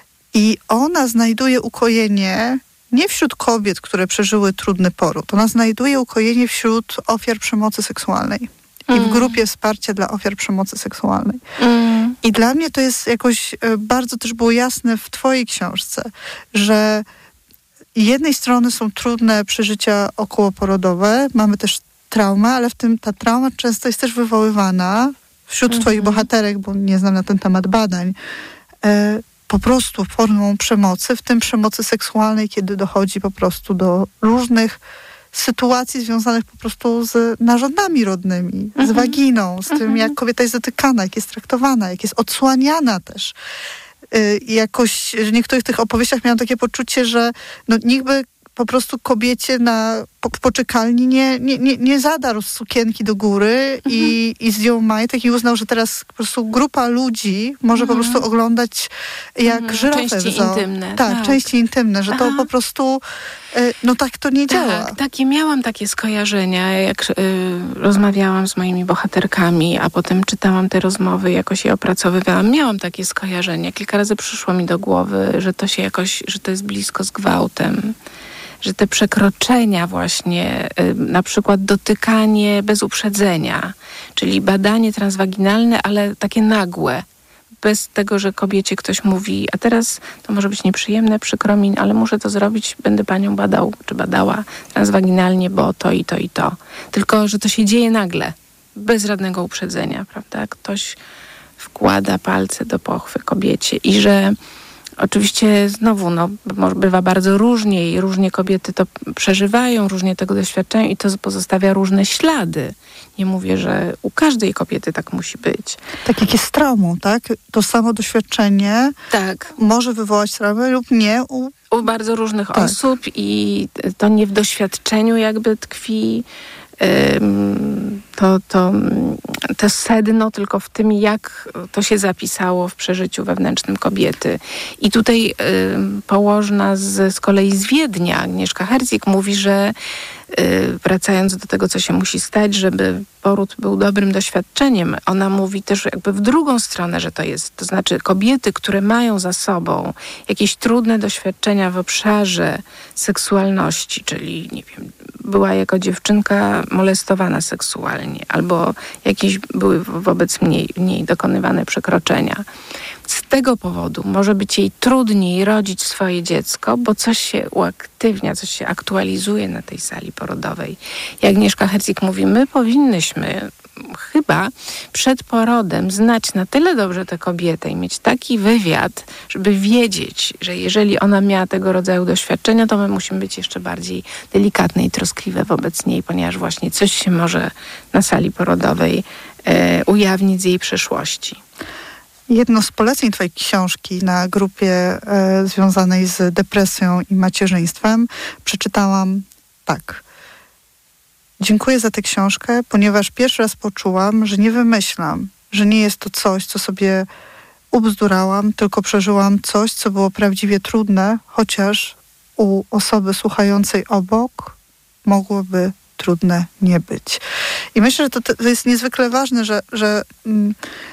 I ona znajduje ukojenie nie wśród kobiet, które przeżyły trudny poród. Ona znajduje ukojenie wśród ofiar przemocy seksualnej mm. i w grupie wsparcia dla ofiar przemocy seksualnej. Mm. I dla mnie to jest jakoś bardzo też było jasne w twojej książce, że z jednej strony są trudne przeżycia okołoporodowe, mamy też traumę, ale w tym ta trauma często jest też wywoływana wśród mm. twoich bohaterek, bo nie znam na ten temat badań, e, po prostu formą przemocy, w tym przemocy seksualnej, kiedy dochodzi po prostu do różnych sytuacji związanych po prostu z narządami rodnymi, mhm. z waginą, z tym, mhm. jak kobieta jest dotykana, jak jest traktowana, jak jest odsłaniana też. Yy, jakoś w niektórych tych opowieściach miałam takie poczucie, że no nikt by po prostu kobiecie na po, w poczekalni nie, nie, nie, nie zadarł sukienki do góry mhm. i, i zdjął majtek i uznał, że teraz po prostu grupa ludzi może mhm. po prostu oglądać jak mhm. żyrafę.
Części
w zoo.
intymne.
Tak,
tak,
części intymne, że to Aha. po prostu no tak to nie działa.
Tak, takie miałam takie skojarzenia, jak y, rozmawiałam z moimi bohaterkami, a potem czytałam te rozmowy, jakoś je opracowywałam. Miałam takie skojarzenia. Kilka razy przyszło mi do głowy, że to się jakoś, że to jest blisko z gwałtem. Że te przekroczenia właśnie, y, na przykład dotykanie bez uprzedzenia, czyli badanie transwaginalne, ale takie nagłe. Bez tego, że kobiecie ktoś mówi, a teraz to może być nieprzyjemne, przykro mi, ale muszę to zrobić, będę panią badał, czy badała transwaginalnie, bo to i to i to. Tylko, że to się dzieje nagle, bez żadnego uprzedzenia, prawda? Ktoś wkłada palce do pochwy kobiecie i że oczywiście znowu, no, bywa bardzo różnie i różnie kobiety to przeżywają, różnie tego doświadczają i to pozostawia różne ślady. Nie mówię, że u każdej kobiety tak musi być.
Tak jak jest traumą, tak? To samo doświadczenie
tak.
może wywołać traumę lub nie u...
u bardzo różnych
tak.
osób i to nie w doświadczeniu jakby tkwi to, to, to sedno, tylko w tym, jak to się zapisało w przeżyciu wewnętrznym kobiety. I tutaj położna z, z kolei z Wiednia, Agnieszka Herzik, mówi, że wracając do tego, co się musi stać, żeby poród był dobrym doświadczeniem, ona mówi też jakby w drugą stronę, że to jest, to znaczy kobiety, które mają za sobą jakieś trudne doświadczenia w obszarze seksualności, czyli nie wiem, była jako dziewczynka molestowana seksualnie, albo jakieś były wobec niej, niej dokonywane przekroczenia. Z tego powodu może być jej trudniej rodzić swoje dziecko, bo coś się uaktywnia, coś się aktualizuje na tej sali porodowej. Jak Agnieszka Herzik mówi, my powinnyśmy chyba przed porodem znać na tyle dobrze tę kobietę i mieć taki wywiad, żeby wiedzieć, że jeżeli ona miała tego rodzaju doświadczenia, to my musimy być jeszcze bardziej delikatne i troskliwe wobec niej, ponieważ właśnie coś się może na sali porodowej e, ujawnić z jej przeszłości.
Jedno z poleceń twojej książki na grupie e, związanej z depresją i macierzyństwem przeczytałam tak. Dziękuję za tę książkę, ponieważ pierwszy raz poczułam, że nie wymyślam, że nie jest to coś, co sobie ubzdurałam, tylko przeżyłam coś, co było prawdziwie trudne, chociaż u osoby słuchającej obok mogłoby trudne nie być. I myślę, że to, to jest niezwykle ważne, że, że mm,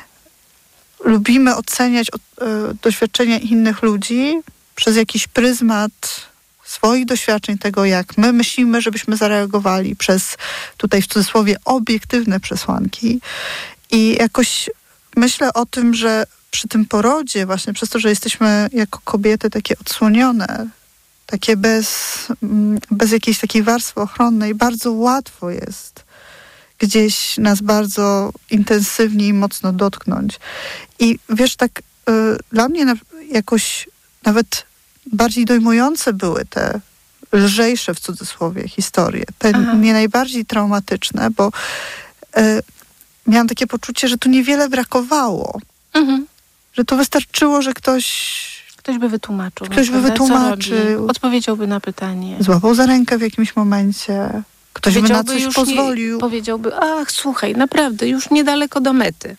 lubimy oceniać o, y, doświadczenia innych ludzi przez jakiś pryzmat swoich doświadczeń, tego jak my myślimy, żebyśmy zareagowali, przez tutaj w cudzysłowie obiektywne przesłanki. I jakoś myślę o tym, że przy tym porodzie, właśnie przez to, że jesteśmy jako kobiety takie odsłonione, takie bez, bez jakiejś takiej warstwy ochronnej, bardzo łatwo jest gdzieś nas bardzo intensywnie i mocno dotknąć. I wiesz, tak y, dla mnie na, jakoś nawet bardziej dojmujące były te lżejsze w cudzysłowie historie. Te Aha. nie najbardziej traumatyczne, bo y, miałam takie poczucie, że tu niewiele brakowało. Mhm. Że to wystarczyło, że ktoś...
Ktoś by wytłumaczył.
Ktoś by wytłumaczył.
Odpowiedziałby na pytanie.
Złapał za rękę w jakimś momencie. Ktoś by na coś pozwolił.
Nie, powiedziałby, ach, słuchaj, naprawdę, już niedaleko do mety.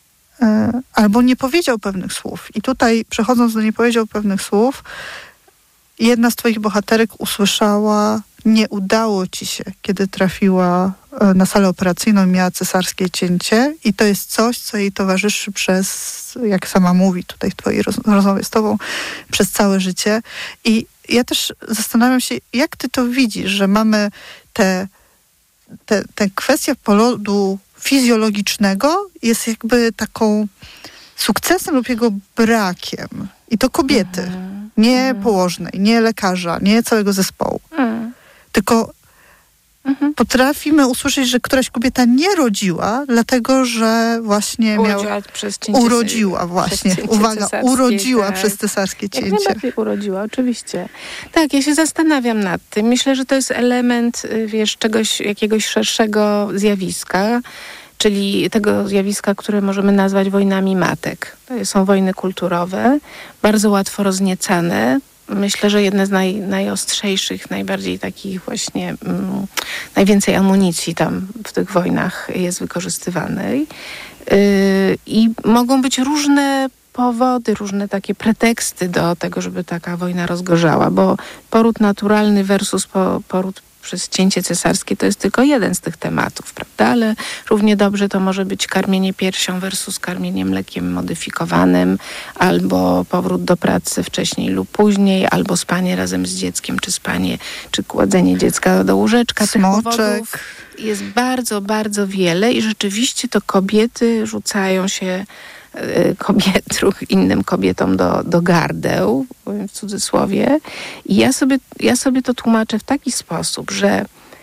Albo nie powiedział pewnych słów. I tutaj, przechodząc do nie powiedział pewnych słów, jedna z twoich bohaterek usłyszała, nie udało ci się, kiedy trafiła na salę operacyjną i miała cesarskie cięcie. I to jest coś, co jej towarzyszy przez, jak sama mówi tutaj w twojej roz- rozmowie z tobą, przez całe życie. I ja też zastanawiam się, jak ty to widzisz, że mamy te, te, te kwestia porodu fizjologicznego jest jakby taką sukcesem lub jego brakiem. I to kobiety, mhm. nie mhm. położnej, nie lekarza, nie całego zespołu. Mhm. Tylko mhm. potrafimy usłyszeć, że któraś kobieta nie rodziła, dlatego, że właśnie
urodziła
miała...
Przez cięcie,
urodziła właśnie.
Przez
Uwaga, urodziła tak. przez cesarskie cięcie.
Jak najbardziej urodziła, oczywiście. Tak, ja się zastanawiam nad tym. Myślę, że to jest element, wiesz, czegoś, jakiegoś szerszego zjawiska, czyli tego zjawiska, które możemy nazwać wojnami matek. To są wojny kulturowe, bardzo łatwo rozniecane, myślę, że jedne z naj, najostrzejszych, najbardziej takich właśnie, mm, najwięcej amunicji tam w tych wojnach jest wykorzystywanej. Yy, I mogą być różne powody, różne takie preteksty do tego, żeby taka wojna rozgorzała, bo poród naturalny versus po, poród przez cięcie cesarskie to jest tylko jeden z tych tematów, prawda? Ale równie dobrze to może być karmienie piersią versus karmienie mlekiem modyfikowanym, albo powrót do pracy wcześniej lub później, albo spanie razem z dzieckiem, czy spanie, czy kładzenie dziecka do łóżeczka.
Smoczek.
Tych powodów jest bardzo, bardzo wiele i rzeczywiście to kobiety rzucają się kobiet, innym kobietom do, do gardeł, powiem w cudzysłowie. I ja sobie, ja sobie to tłumaczę w taki sposób, że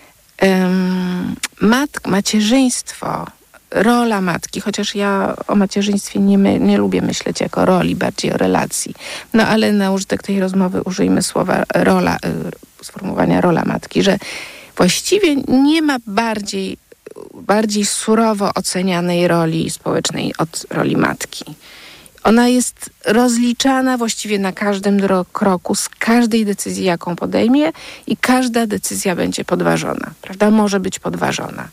um, mat, macierzyństwo, rola matki, chociaż ja o macierzyństwie nie, my, nie lubię myśleć jako roli, bardziej o relacji. No ale na użytek tej rozmowy użyjmy słowa rola, sformułowania rola matki, że właściwie nie ma bardziej bardziej surowo ocenianej roli społecznej od roli matki. Ona jest rozliczana właściwie na każdym dro- kroku, z każdej decyzji, jaką podejmie i każda decyzja będzie podważona, prawda? Może być podważona.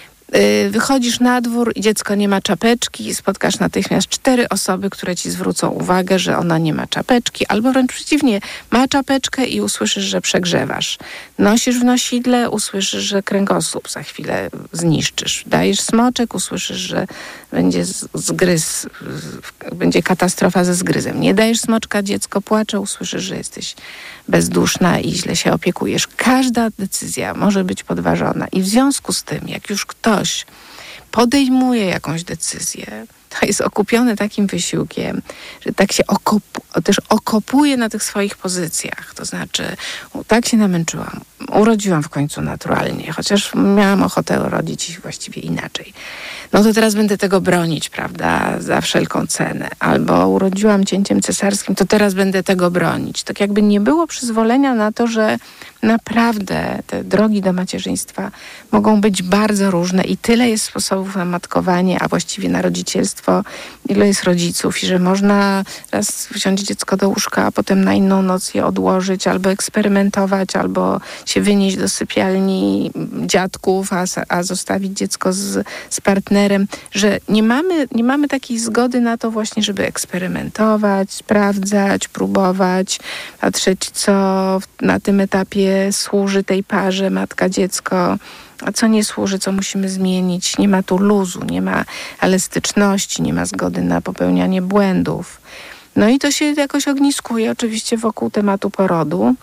Wychodzisz na dwór i dziecko nie ma czapeczki i spotkasz natychmiast cztery osoby, które ci zwrócą uwagę, że ona nie ma czapeczki, albo wręcz przeciwnie, ma czapeczkę i usłyszysz, że przegrzewasz. Nosisz w nosidle, usłyszysz, że kręgosłup za chwilę zniszczysz. Dajesz smoczek, usłyszysz, że będzie zgryz, będzie katastrofa ze zgryzem. Nie dajesz smoczka, dziecko płacze, usłyszysz, że jesteś bezduszna i źle się opiekujesz. Każda decyzja może być podważona i w związku z tym, jak już ktoś podejmuje jakąś decyzję, to jest okupiony takim wysiłkiem, że tak się okop- też okopuje na tych swoich pozycjach. To znaczy, tak się namęczyłam, urodziłam w końcu naturalnie, chociaż miałam ochotę urodzić właściwie inaczej. No to teraz będę tego bronić, prawda, za wszelką cenę. Albo urodziłam cięciem cesarskim, to teraz będę tego bronić. Tak jakby nie było przyzwolenia na to, że naprawdę te drogi do macierzyństwa mogą być bardzo różne i tyle jest sposobów na matkowanie, a właściwie na rodzicielstwo, ile jest rodziców i że można raz wziąć dziecko do łóżka, a potem na inną noc je odłożyć, albo eksperymentować, albo się wynieść do sypialni dziadków, a, a zostawić dziecko z, z partnerem, że nie mamy, nie mamy takiej zgody na to właśnie, żeby eksperymentować, sprawdzać, próbować, patrzeć, co na tym etapie służy tej parze matka-dziecko, a co nie służy, co musimy zmienić. Nie ma tu luzu, nie ma elastyczności, nie ma zgody na popełnianie błędów. No i to się jakoś ogniskuje oczywiście wokół tematu porodu,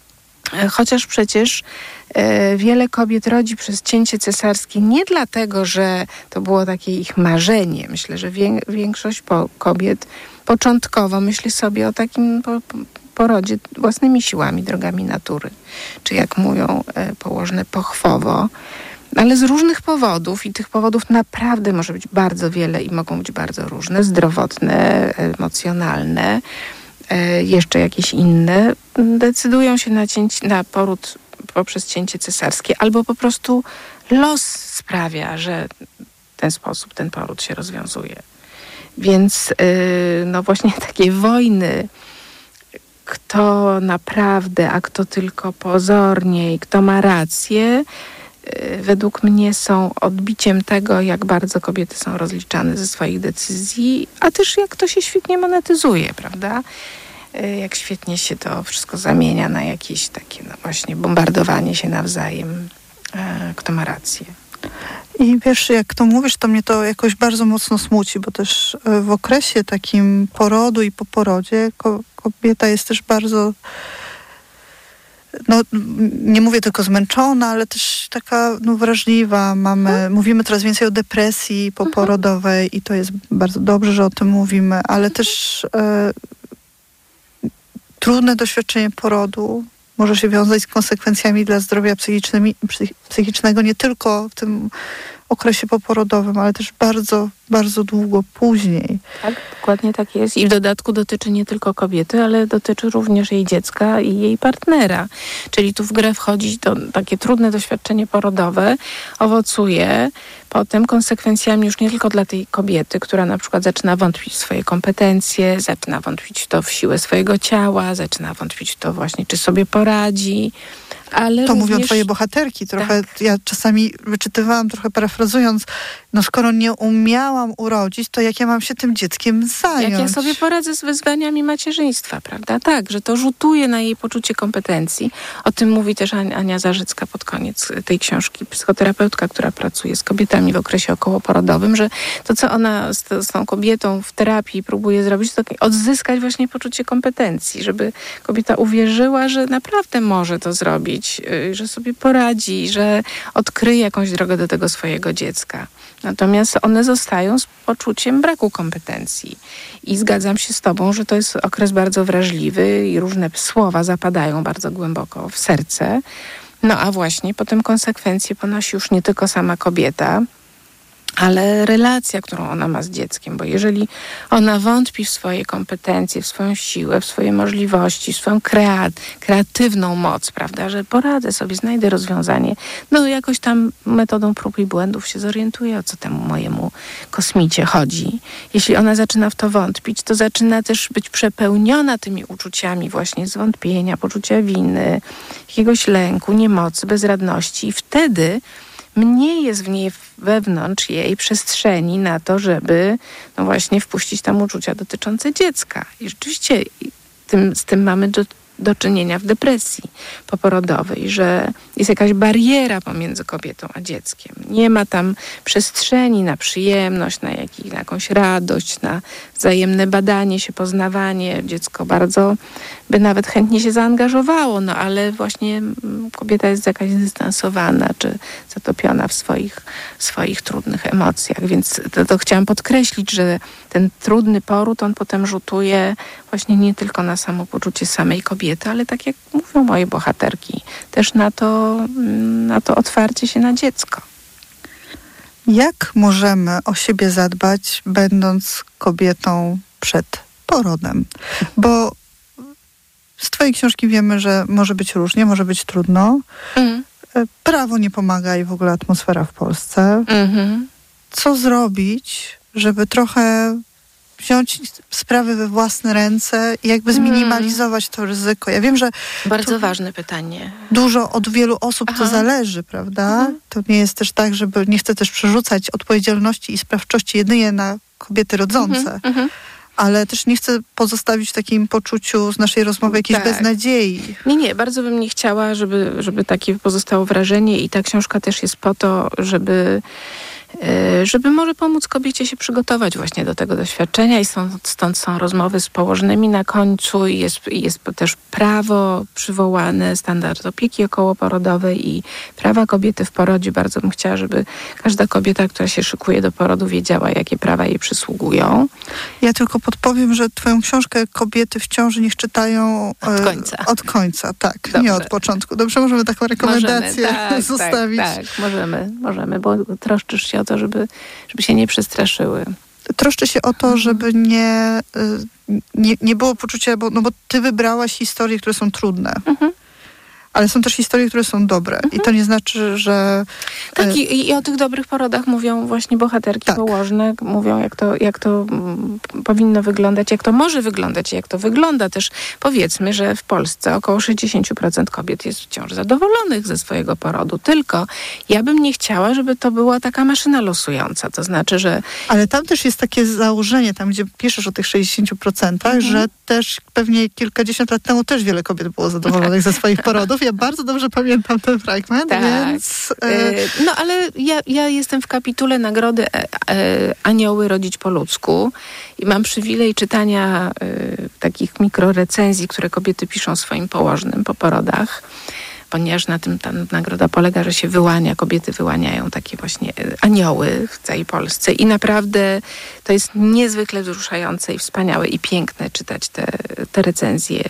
chociaż przecież e, wiele kobiet rodzi przez cięcie cesarskie nie dlatego, że to było takie ich marzenie. Myślę, że wię, większość po, kobiet początkowo myśli sobie o takim po, porodzie własnymi siłami, drogami natury. Czy jak mówią e, położne, pochwowo. Ale z różnych powodów i tych powodów naprawdę może być bardzo wiele i mogą być bardzo różne. Zdrowotne, emocjonalne, e, jeszcze jakieś inne. Decydują się na, cięć, na poród poprzez cięcie cesarskie albo po prostu los sprawia, że w ten sposób ten poród się rozwiązuje. Więc e, no właśnie takie wojny, kto naprawdę, a kto tylko pozornie i kto ma rację, według mnie są odbiciem tego, jak bardzo kobiety są rozliczane ze swoich decyzji, a też jak to się świetnie monetyzuje, prawda? Jak świetnie się to wszystko zamienia na jakieś takie no właśnie bombardowanie się nawzajem, kto ma rację.
I wiesz, jak to mówisz, to mnie to jakoś bardzo mocno smuci, bo też w okresie takim porodu i po porodzie ko- kobieta jest też bardzo, no nie mówię tylko zmęczona, ale też taka no, wrażliwa. Mamy, hmm. Mówimy coraz więcej o depresji poporodowej hmm. i to jest bardzo dobrze, że o tym mówimy, ale też e, trudne doświadczenie porodu może się wiązać z konsekwencjami dla zdrowia psychicznego nie tylko w tym okresie poporodowym, ale też bardzo, bardzo długo później.
Tak, dokładnie tak jest. I w dodatku dotyczy nie tylko kobiety, ale dotyczy również jej dziecka i jej partnera. Czyli tu w grę wchodzi to takie trudne doświadczenie porodowe, owocuje potem konsekwencjami już nie tylko dla tej kobiety, która na przykład zaczyna wątpić w swoje kompetencje, zaczyna wątpić w to w siłę swojego ciała, zaczyna wątpić w to właśnie, czy sobie poradzi. Ale
to
również...
mówią twoje bohaterki. Trochę
tak.
Ja czasami wyczytywałam, trochę parafrazując, no skoro nie umiałam urodzić, to jak ja mam się tym dzieckiem zająć?
Jak ja sobie poradzę z wyzwaniami macierzyństwa, prawda? Tak, że to rzutuje na jej poczucie kompetencji. O tym mówi też Ania Zarzycka pod koniec tej książki, psychoterapeutka, która pracuje z kobietami w okresie okołoporodowym, że to, co ona z, z tą kobietą w terapii próbuje zrobić, to odzyskać właśnie poczucie kompetencji, żeby kobieta uwierzyła, że naprawdę może to zrobić, że sobie poradzi, że odkryje jakąś drogę do tego swojego dziecka. Natomiast one zostają z poczuciem braku kompetencji. I zgadzam się z tobą, że to jest okres bardzo wrażliwy i różne słowa zapadają bardzo głęboko w serce. No a właśnie potem konsekwencje ponosi już nie tylko sama kobieta, ale relacja, którą ona ma z dzieckiem, bo jeżeli ona wątpi w swoje kompetencje, w swoją siłę, w swoje możliwości, w swoją kreat- kreatywną moc, prawda, że poradzę sobie, znajdę rozwiązanie, no jakoś tam metodą prób i błędów się zorientuję, o co temu mojemu kosmicie chodzi. Jeśli ona zaczyna w to wątpić, to zaczyna też być przepełniona tymi uczuciami właśnie zwątpienia, poczucia winy, jakiegoś lęku, niemocy, bezradności i wtedy mniej jest w niej wewnątrz jej przestrzeni na to, żeby no właśnie wpuścić tam uczucia dotyczące dziecka. I rzeczywiście tym, z tym mamy do, do czynienia w depresji poporodowej, że jest jakaś bariera pomiędzy kobietą a dzieckiem. Nie ma tam przestrzeni na przyjemność, na, jakiś, na jakąś radość, na wzajemne badanie się, poznawanie. Dziecko bardzo by nawet chętnie się zaangażowało, no ale właśnie kobieta jest jakaś zdystansowana czy zatopiona w swoich, swoich trudnych emocjach. Więc to, to chciałam podkreślić, że ten trudny poród, on potem rzutuje właśnie nie tylko na samopoczucie samej kobiety, ale tak jak mówią moje bohaterki, też na to, na to otwarcie się na dziecko.
Jak możemy o siebie zadbać, będąc kobietą przed porodem? Bo z twojej książki wiemy, że może być różnie, może być trudno. Mm. Prawo nie pomaga i w ogóle atmosfera w Polsce. Mm-hmm. Co zrobić, żeby trochę wziąć sprawy we własne ręce i jakby zminimalizować to ryzyko? Ja wiem, że
bardzo ważne pytanie.
Dużo od wielu osób Aha. to zależy, prawda? Mhm. To nie jest też tak, żeby nie chcę też przerzucać odpowiedzialności i sprawczości jedynie na kobiety rodzące. Mhm. Mhm. Ale też nie chcę pozostawić w takim poczuciu z naszej rozmowy jakiejś tak. beznadziei.
Nie, nie, bardzo bym nie chciała, żeby, żeby takie pozostało wrażenie i ta książka też jest po to, żeby żeby może pomóc kobiecie się przygotować właśnie do tego doświadczenia i stąd, stąd są rozmowy z położonymi na końcu i jest, jest też prawo przywołane, standard opieki okołoporodowej i prawa kobiety w porodzie. Bardzo bym chciała, żeby każda kobieta, która się szykuje do porodu, wiedziała, jakie prawa jej przysługują.
Ja tylko podpowiem, że twoją książkę Kobiety w ciąży niech czytają
od końca.
E, od końca, tak,
Dobrze.
Nie od początku. Dobrze, możemy taką rekomendację
możemy, tak,
zostawić.
Tak, tak, możemy, możemy, bo troszczysz się o to, żeby, żeby się nie przestraszyły.
Troszczę się o to, mhm. żeby nie, nie, nie było poczucia, bo, no bo ty wybrałaś historie, które są trudne. Mhm. Ale są też historie, które są dobre. Mhm. I to nie znaczy, że...
Tak, i, i o tych dobrych porodach mówią właśnie bohaterki tak. położne. Mówią, jak to, jak to mm, powinno wyglądać, jak to może wyglądać, jak to wygląda. Też powiedzmy, że w Polsce około sześćdziesiąt procent kobiet jest wciąż zadowolonych ze swojego porodu. Tylko ja bym nie chciała, żeby to była taka maszyna losująca. To znaczy, że...
Ale tam też jest takie założenie, tam gdzie piszesz o tych sześćdziesięciu procentach, mhm. że też pewnie kilkadziesiąt lat temu też wiele kobiet było zadowolonych ze swoich porodów. Ja bardzo dobrze pamiętam ten fragment,
tak.
więc... E...
No ale ja, ja jestem w kapitule nagrody e, e, Anioły rodzić po ludzku i mam przywilej czytania e, takich mikrorecenzji, które kobiety piszą swoim położnym po porodach, ponieważ na tym ta nagroda polega, że się wyłania, kobiety wyłaniają takie właśnie anioły w całej Polsce i naprawdę to jest niezwykle wzruszające i wspaniałe i piękne czytać te, te recenzje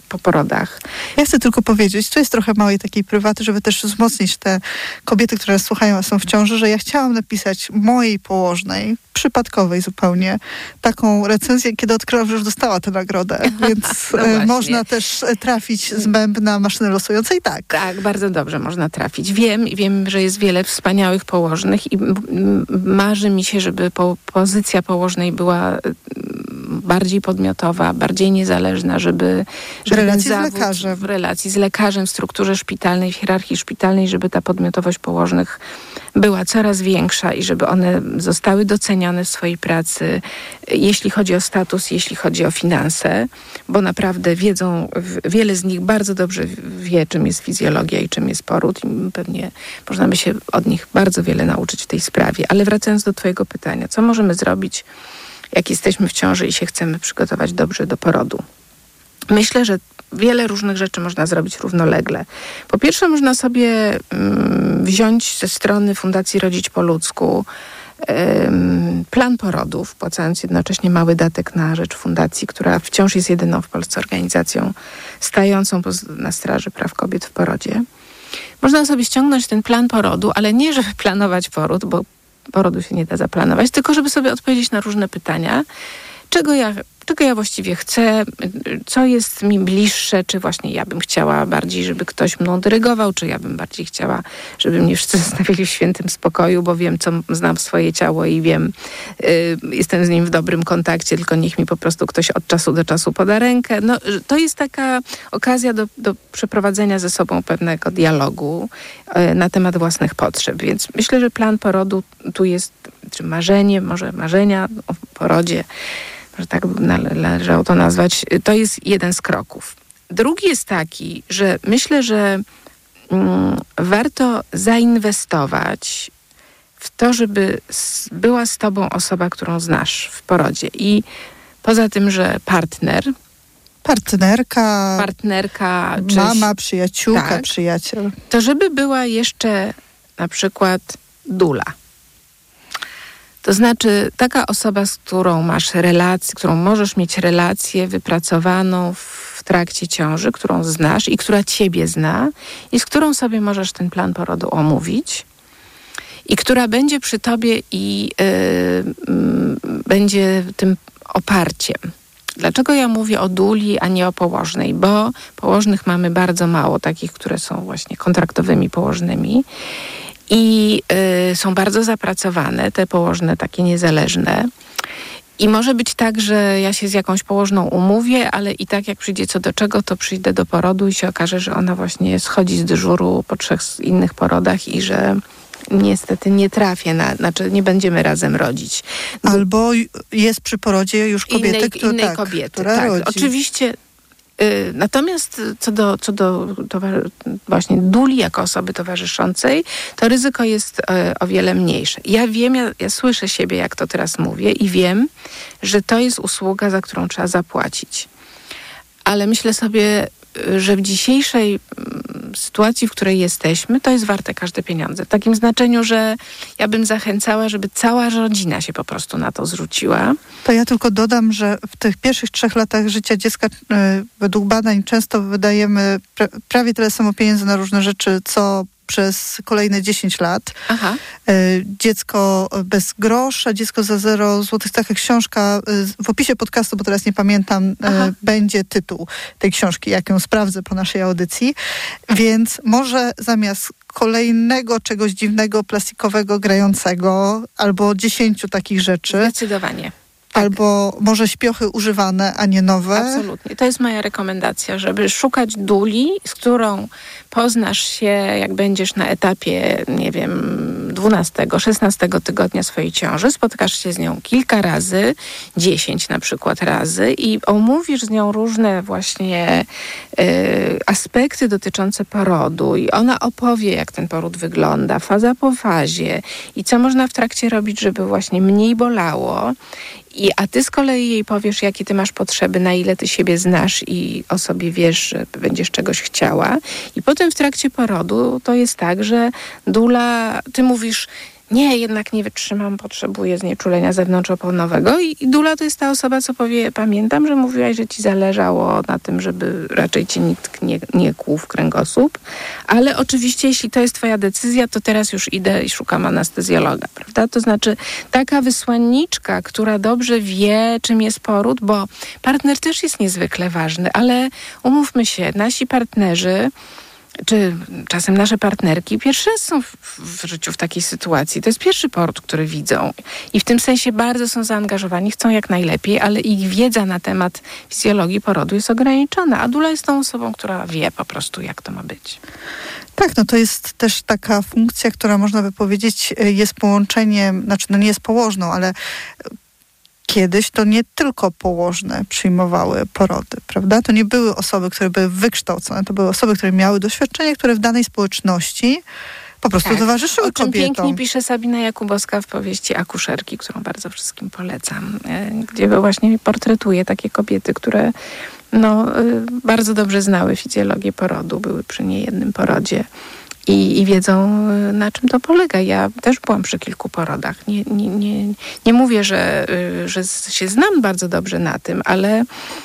po porodach.
Ja chcę tylko powiedzieć, to jest trochę małej takiej prywaty, żeby też wzmocnić te kobiety, które słuchają, a są w ciąży, że ja chciałam napisać mojej położnej, przypadkowej zupełnie, taką recenzję, kiedy odkryłam, że już dostała tę nagrodę, więc
no
można też trafić z męb na maszynę losującej, tak.
Tak, bardzo dobrze można trafić. Wiem i wiem, że jest wiele wspaniałych położnych i m- marzy mi się, żeby po, pozycja położnej była bardziej podmiotowa, bardziej niezależna, żeby, żeby
w relacji
ten zawód,
z lekarzem.
W relacji z lekarzem, w strukturze szpitalnej, w hierarchii szpitalnej, żeby ta podmiotowość położnych była coraz większa i żeby one zostały doceniane w swojej pracy, jeśli chodzi o status, jeśli chodzi o finanse, bo naprawdę wiedzą, wiele z nich bardzo dobrze wie, czym jest fizjologia i czym jest poród i pewnie można by się od nich bardzo wiele nauczyć w tej sprawie. Ale wracając do twojego pytania, co możemy zrobić, jak jesteśmy w ciąży i się chcemy przygotować dobrze do porodu? Myślę, że wiele różnych rzeczy można zrobić równolegle. Po pierwsze, można sobie um, wziąć ze strony Fundacji Rodzić po ludzku um, plan porodu, wpłacając jednocześnie mały datek na rzecz fundacji, która wciąż jest jedyną w Polsce organizacją stającą na straży praw kobiet w porodzie. Można sobie ściągnąć ten plan porodu, ale nie żeby planować poród, bo porodu się nie da zaplanować, tylko żeby sobie odpowiedzieć na różne pytania, czego ja, czego ja właściwie chcę, co jest mi bliższe, czy właśnie ja bym chciała bardziej, żeby ktoś mną dyrygował, czy ja bym bardziej chciała, żeby mnie wszyscy zostawili w świętym spokoju, bo wiem, co znam swoje ciało i wiem, y, jestem z nim w dobrym kontakcie, tylko niech mi po prostu ktoś od czasu do czasu poda rękę. No, to jest taka okazja do, do przeprowadzenia ze sobą pewnego dialogu y, na temat własnych potrzeb, więc myślę, że plan porodu tu jest, czy marzenie, może marzenia o porodzie, że tak należało to nazwać, to jest jeden z kroków. Drugi jest taki, że myślę, że mm, warto zainwestować w to, żeby z, była z tobą osoba, którą znasz w porodzie. I poza tym, że partner,
Partnerka,
partnerka, czy
mama, przyjaciółka,
tak,
przyjaciel.
to żeby była jeszcze na przykład dula. To znaczy taka osoba, z którą masz relację, którą możesz mieć relację wypracowaną w trakcie ciąży, którą znasz i która ciebie zna i z którą sobie możesz ten plan porodu omówić i która będzie przy tobie i yy, yy, będzie tym oparciem. Dlaczego ja mówię o duli, a nie o położnej? Bo położnych mamy bardzo mało, takich, które są właśnie kontraktowymi położnymi. I y, są bardzo zapracowane, te położne, takie niezależne. I może być tak, że ja się z jakąś położną umówię, ale i tak jak przyjdzie co do czego, to przyjdę do porodu i się okaże, że ona właśnie schodzi z dyżuru po trzech innych porodach i że niestety nie trafię, na, znaczy nie będziemy razem rodzić.
Albo jest przy porodzie już kobiety,
innej,
która,
innej
tak,
kobiety,
która
tak.
rodzi.
Oczywiście. Natomiast co do, co do towar- właśnie duli jako osoby towarzyszącej, to ryzyko jest e, o wiele mniejsze. Ja wiem, ja, ja słyszę siebie, jak to teraz mówię i wiem, że to jest usługa, za którą trzeba zapłacić. Ale myślę sobie, że w dzisiejszej sytuacji, w której jesteśmy, to jest warte każde pieniądze. W takim znaczeniu, że ja bym zachęcała, żeby cała rodzina się po prostu na to zwróciła.
To ja tylko dodam, że w tych pierwszych trzech latach życia dziecka y, według badań często wydajemy pra- prawie tyle samo pieniędzy na różne rzeczy, co przez kolejne dziesięć lat.
Aha.
Y, dziecko bez grosza, dziecko za zero złotych. Taka książka, y, w opisie podcastu, bo teraz nie pamiętam, y, będzie tytuł tej książki, jak ją sprawdzę po naszej audycji. Więc może zamiast kolejnego czegoś dziwnego, plastikowego, grającego, albo dziesięciu takich rzeczy.
Zdecydowanie. Tak.
Albo może śpiochy używane, a nie nowe.
Absolutnie. To jest moja rekomendacja, żeby szukać duli, z którą poznasz się, jak będziesz na etapie, nie wiem, dwunastego, szesnastego tygodnia swojej ciąży. Spotkasz się z nią kilka razy, dziesięć na przykład razy i omówisz z nią różne właśnie y, aspekty dotyczące porodu i ona opowie, jak ten poród wygląda, faza po fazie i co można w trakcie robić, żeby właśnie mniej bolało. I, a ty z kolei jej powiesz, jakie ty masz potrzeby, na ile ty siebie znasz i o sobie wiesz, że będziesz czegoś chciała. I potem w trakcie porodu to jest tak, że dula, ty mówisz, nie, jednak nie wytrzymam, potrzebuję znieczulenia zewnątrzoponowego. I, I Dula to jest ta osoba, co powie, pamiętam, że mówiłaś, że ci zależało na tym, żeby raczej cię nikt nie, nie kłuł w kręgosłup, ale oczywiście, jeśli to jest twoja decyzja, to teraz już idę i szukam anestezjologa, prawda? To znaczy taka wysłanniczka, która dobrze wie, czym jest poród, bo partner też jest niezwykle ważny, ale umówmy się, nasi partnerzy czy czasem nasze partnerki pierwszy raz są w, w życiu w takiej sytuacji. To jest pierwszy poród, który widzą. I w tym sensie bardzo są zaangażowani, chcą jak najlepiej, ale ich wiedza na temat fizjologii porodu jest ograniczona. A Dula jest tą osobą, która wie po prostu, jak to ma być.
Tak, no to jest też taka funkcja, która można by powiedzieć jest połączeniem, znaczy no nie jest położną, ale kiedyś to nie tylko położne przyjmowały porody, prawda? To nie były osoby, które były wykształcone, to były osoby, które miały doświadczenie, które w danej społeczności po prostu
tak,
towarzyszyły
o czym
kobietom.
Pięknie pisze Sabina Jakubowska w powieści Akuszerki, którą bardzo wszystkim polecam, gdzie właśnie portretuje takie kobiety, które no, bardzo dobrze znały fizjologię porodu, były przy niejednym porodzie. I, I wiedzą, na czym to polega. Ja też byłam przy kilku porodach. Nie, nie, nie, nie mówię, że, że się znam bardzo dobrze na tym, ale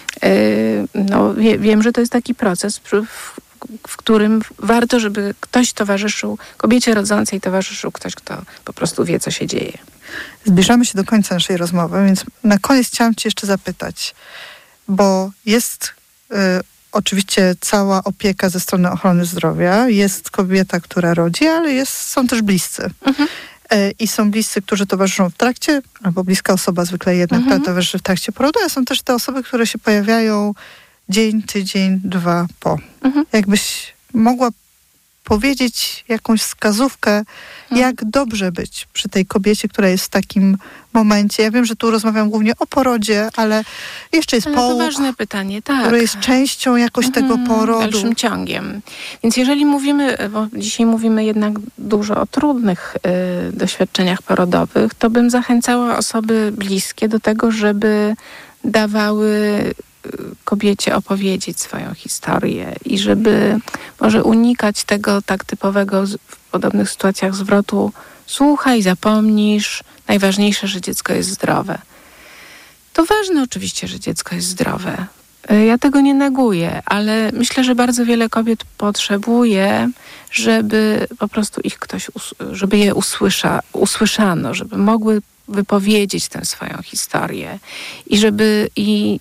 no, wie, wiem, że to jest taki proces, w, w którym warto, żeby ktoś towarzyszył, kobiecie rodzącej towarzyszył ktoś, kto po prostu wie, co się dzieje.
Zbliżamy się do końca naszej rozmowy, więc na koniec chciałam cię jeszcze zapytać, bo jest... Y, Oczywiście cała opieka ze strony ochrony zdrowia. Jest kobieta, która rodzi, ale jest, są też bliscy. Mhm. I są bliscy, którzy towarzyszą w trakcie, albo bliska osoba, zwykle jedna, mhm. która towarzyszy w trakcie porodu, a są też te osoby, które się pojawiają dzień, tydzień, dwa po. Mhm. Jakbyś mogła powiedzieć jakąś wskazówkę, mhm. jak dobrze być przy tej kobiecie, która jest w takim momencie. Ja wiem, że tu rozmawiam głównie o porodzie, ale jeszcze jest
ale
połóg,
to ważne pytanie, tak.
który jest częścią jakoś mhm. tego porodu.
Dalszym ciągiem. Więc jeżeli mówimy, bo dzisiaj mówimy jednak dużo o trudnych y, doświadczeniach porodowych, to bym zachęcała osoby bliskie do tego, żeby dawały kobiecie opowiedzieć swoją historię i żeby może unikać tego tak typowego w podobnych sytuacjach zwrotu słuchaj, zapomnisz, najważniejsze, że dziecko jest zdrowe. To ważne oczywiście, że dziecko jest zdrowe. Ja tego nie neguję, ale myślę, że bardzo wiele kobiet potrzebuje, żeby po prostu ich ktoś, żeby je usłysza, usłyszano, żeby mogły wypowiedzieć tę swoją historię i żeby, i,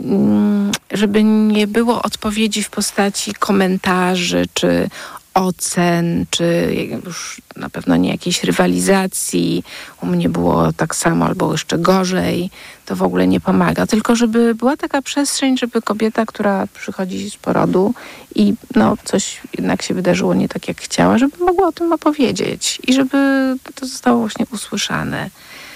żeby nie było odpowiedzi w postaci komentarzy czy ocen, czy już na pewno nie jakiejś rywalizacji. U mnie było tak samo albo jeszcze gorzej. To w ogóle nie pomaga. Tylko żeby była taka przestrzeń, żeby kobieta, która przychodzi z porodu i no, coś jednak się wydarzyło nie tak, jak chciała, żeby mogła o tym opowiedzieć i żeby to zostało właśnie usłyszane.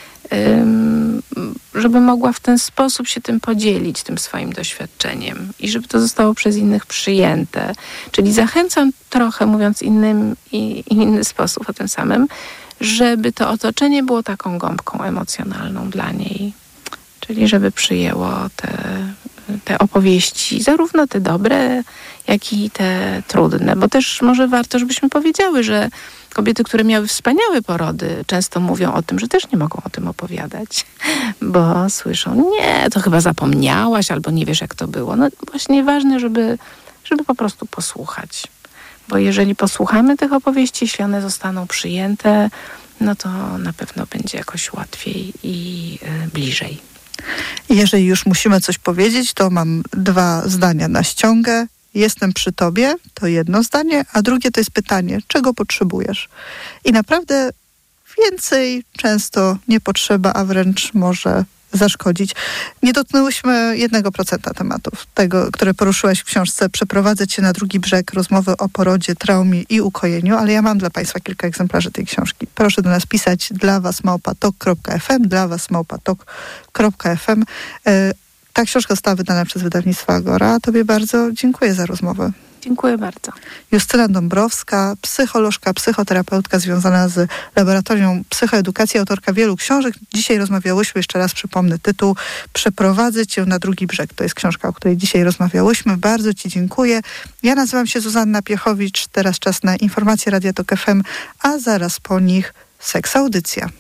Żeby mogła w ten sposób się tym podzielić, tym swoim doświadczeniem i żeby to zostało przez innych przyjęte. Czyli zachęcam trochę, mówiąc innym i inny sposób o tym samym, żeby to otoczenie było taką gąbką emocjonalną dla niej. Czyli żeby przyjęło te, te opowieści, zarówno te dobre, jak i te trudne. Bo też może warto, żebyśmy powiedziały, że kobiety, które miały wspaniałe porody, często mówią o tym, że też nie mogą o tym opowiadać, bo słyszą, nie, to chyba zapomniałaś, albo nie wiesz, jak to było. No właśnie ważne, żeby, żeby po prostu posłuchać. Bo jeżeli posłuchamy tych opowieści, jeśli one zostaną przyjęte, no to na pewno będzie jakoś łatwiej i y, bliżej.
Jeżeli już musimy coś powiedzieć, to mam dwa zdania na ściągę. Jestem przy tobie, to jedno zdanie, a drugie to jest pytanie, czego potrzebujesz? I naprawdę więcej często nie potrzeba, a wręcz może zaszkodzić. Nie dotknęłyśmy jednego procenta tematów, tego, które poruszyłaś w książce Przeprowadzę cię na drugi brzeg, rozmowy o porodzie, traumie i ukojeniu, ale ja mam dla państwa kilka egzemplarzy tej książki. Proszę do nas pisać dla was małpa tok kropka f m, dla was małpa tok kropka f m. Ta książka została wydana przez wydawnictwo Agora. A tobie bardzo dziękuję za rozmowę.
Dziękuję bardzo.
Justyna Dąbrowska, psycholożka, psychoterapeutka związana z Laboratorium Psychoedukacji, autorka wielu książek. Dzisiaj rozmawiałyśmy, jeszcze raz przypomnę tytuł Przeprowadzę cię na drugi brzeg. To jest książka, o której dzisiaj rozmawiałyśmy. Bardzo ci dziękuję. Ja nazywam się Zuzanna Piechowicz. Teraz czas na informacje Radia Tok F M, a zaraz po nich Seks Audycja.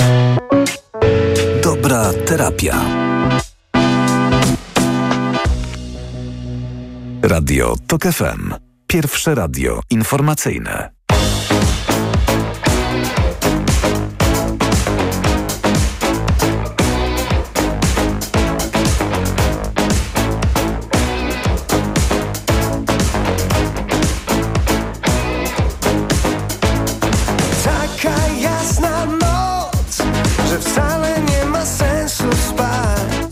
Dobra terapia. Radio TOK F M. Pierwsze radio informacyjne.
Taka jasna noc, że wcale nie ma sensu spać.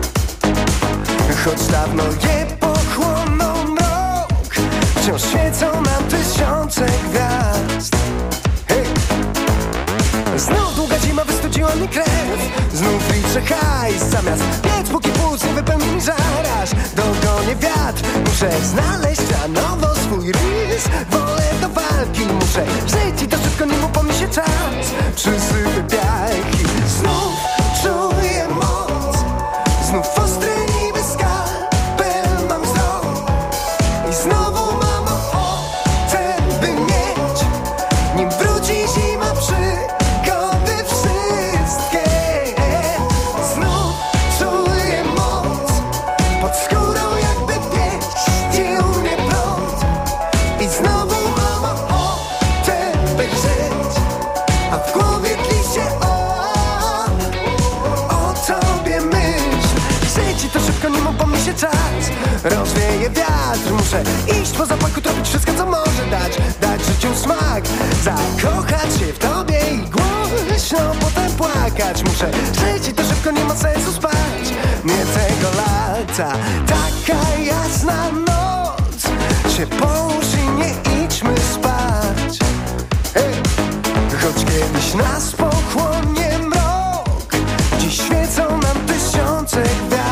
Choć dawno je pochłonął mrok, wciąż świecą nam tysiące gwiazd. Hej! Znów długa zima wystudziła mi krew, znów liczę hajs, zamiast biec póki puls nie wypełni mi żaraż. Dogonię wiatr, muszę znaleźć na nowo swój rys. Wolę do walki, muszę żyć i to szybko, nim upomni się czas. Przysypy piach i znów czuję moc, znów ostry niby skalpel mam wzrok. I znowu mam ochotę, by mieć, nim wróci zima, przygody wszystkie. Znów czuję moc, pod skórą jakby pieścił mnie prąd. I znowu mam ochotę, by żyć, a w głowie tli się o, o tobie myśl. Żyć i to szybko, nim upomni się czas. Rozwieje wiatr, muszę iść po zapłaku, robić wszystko, co może dać, dać życiu smak. Zakochać się w tobie i głośno potem płakać. Muszę żyć i to szybko, nie ma sensu spać. Nie tego lata, taka jasna noc. Się połóż i nie idźmy spać. Hey! Choć kiedyś nas pochłonie mrok, dziś świecą nam tysiące gwiazd.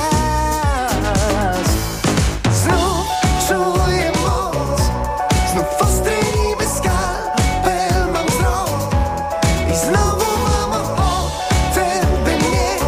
Znów czuję moc, znów ostry niby skalpel mam wzrok. I znów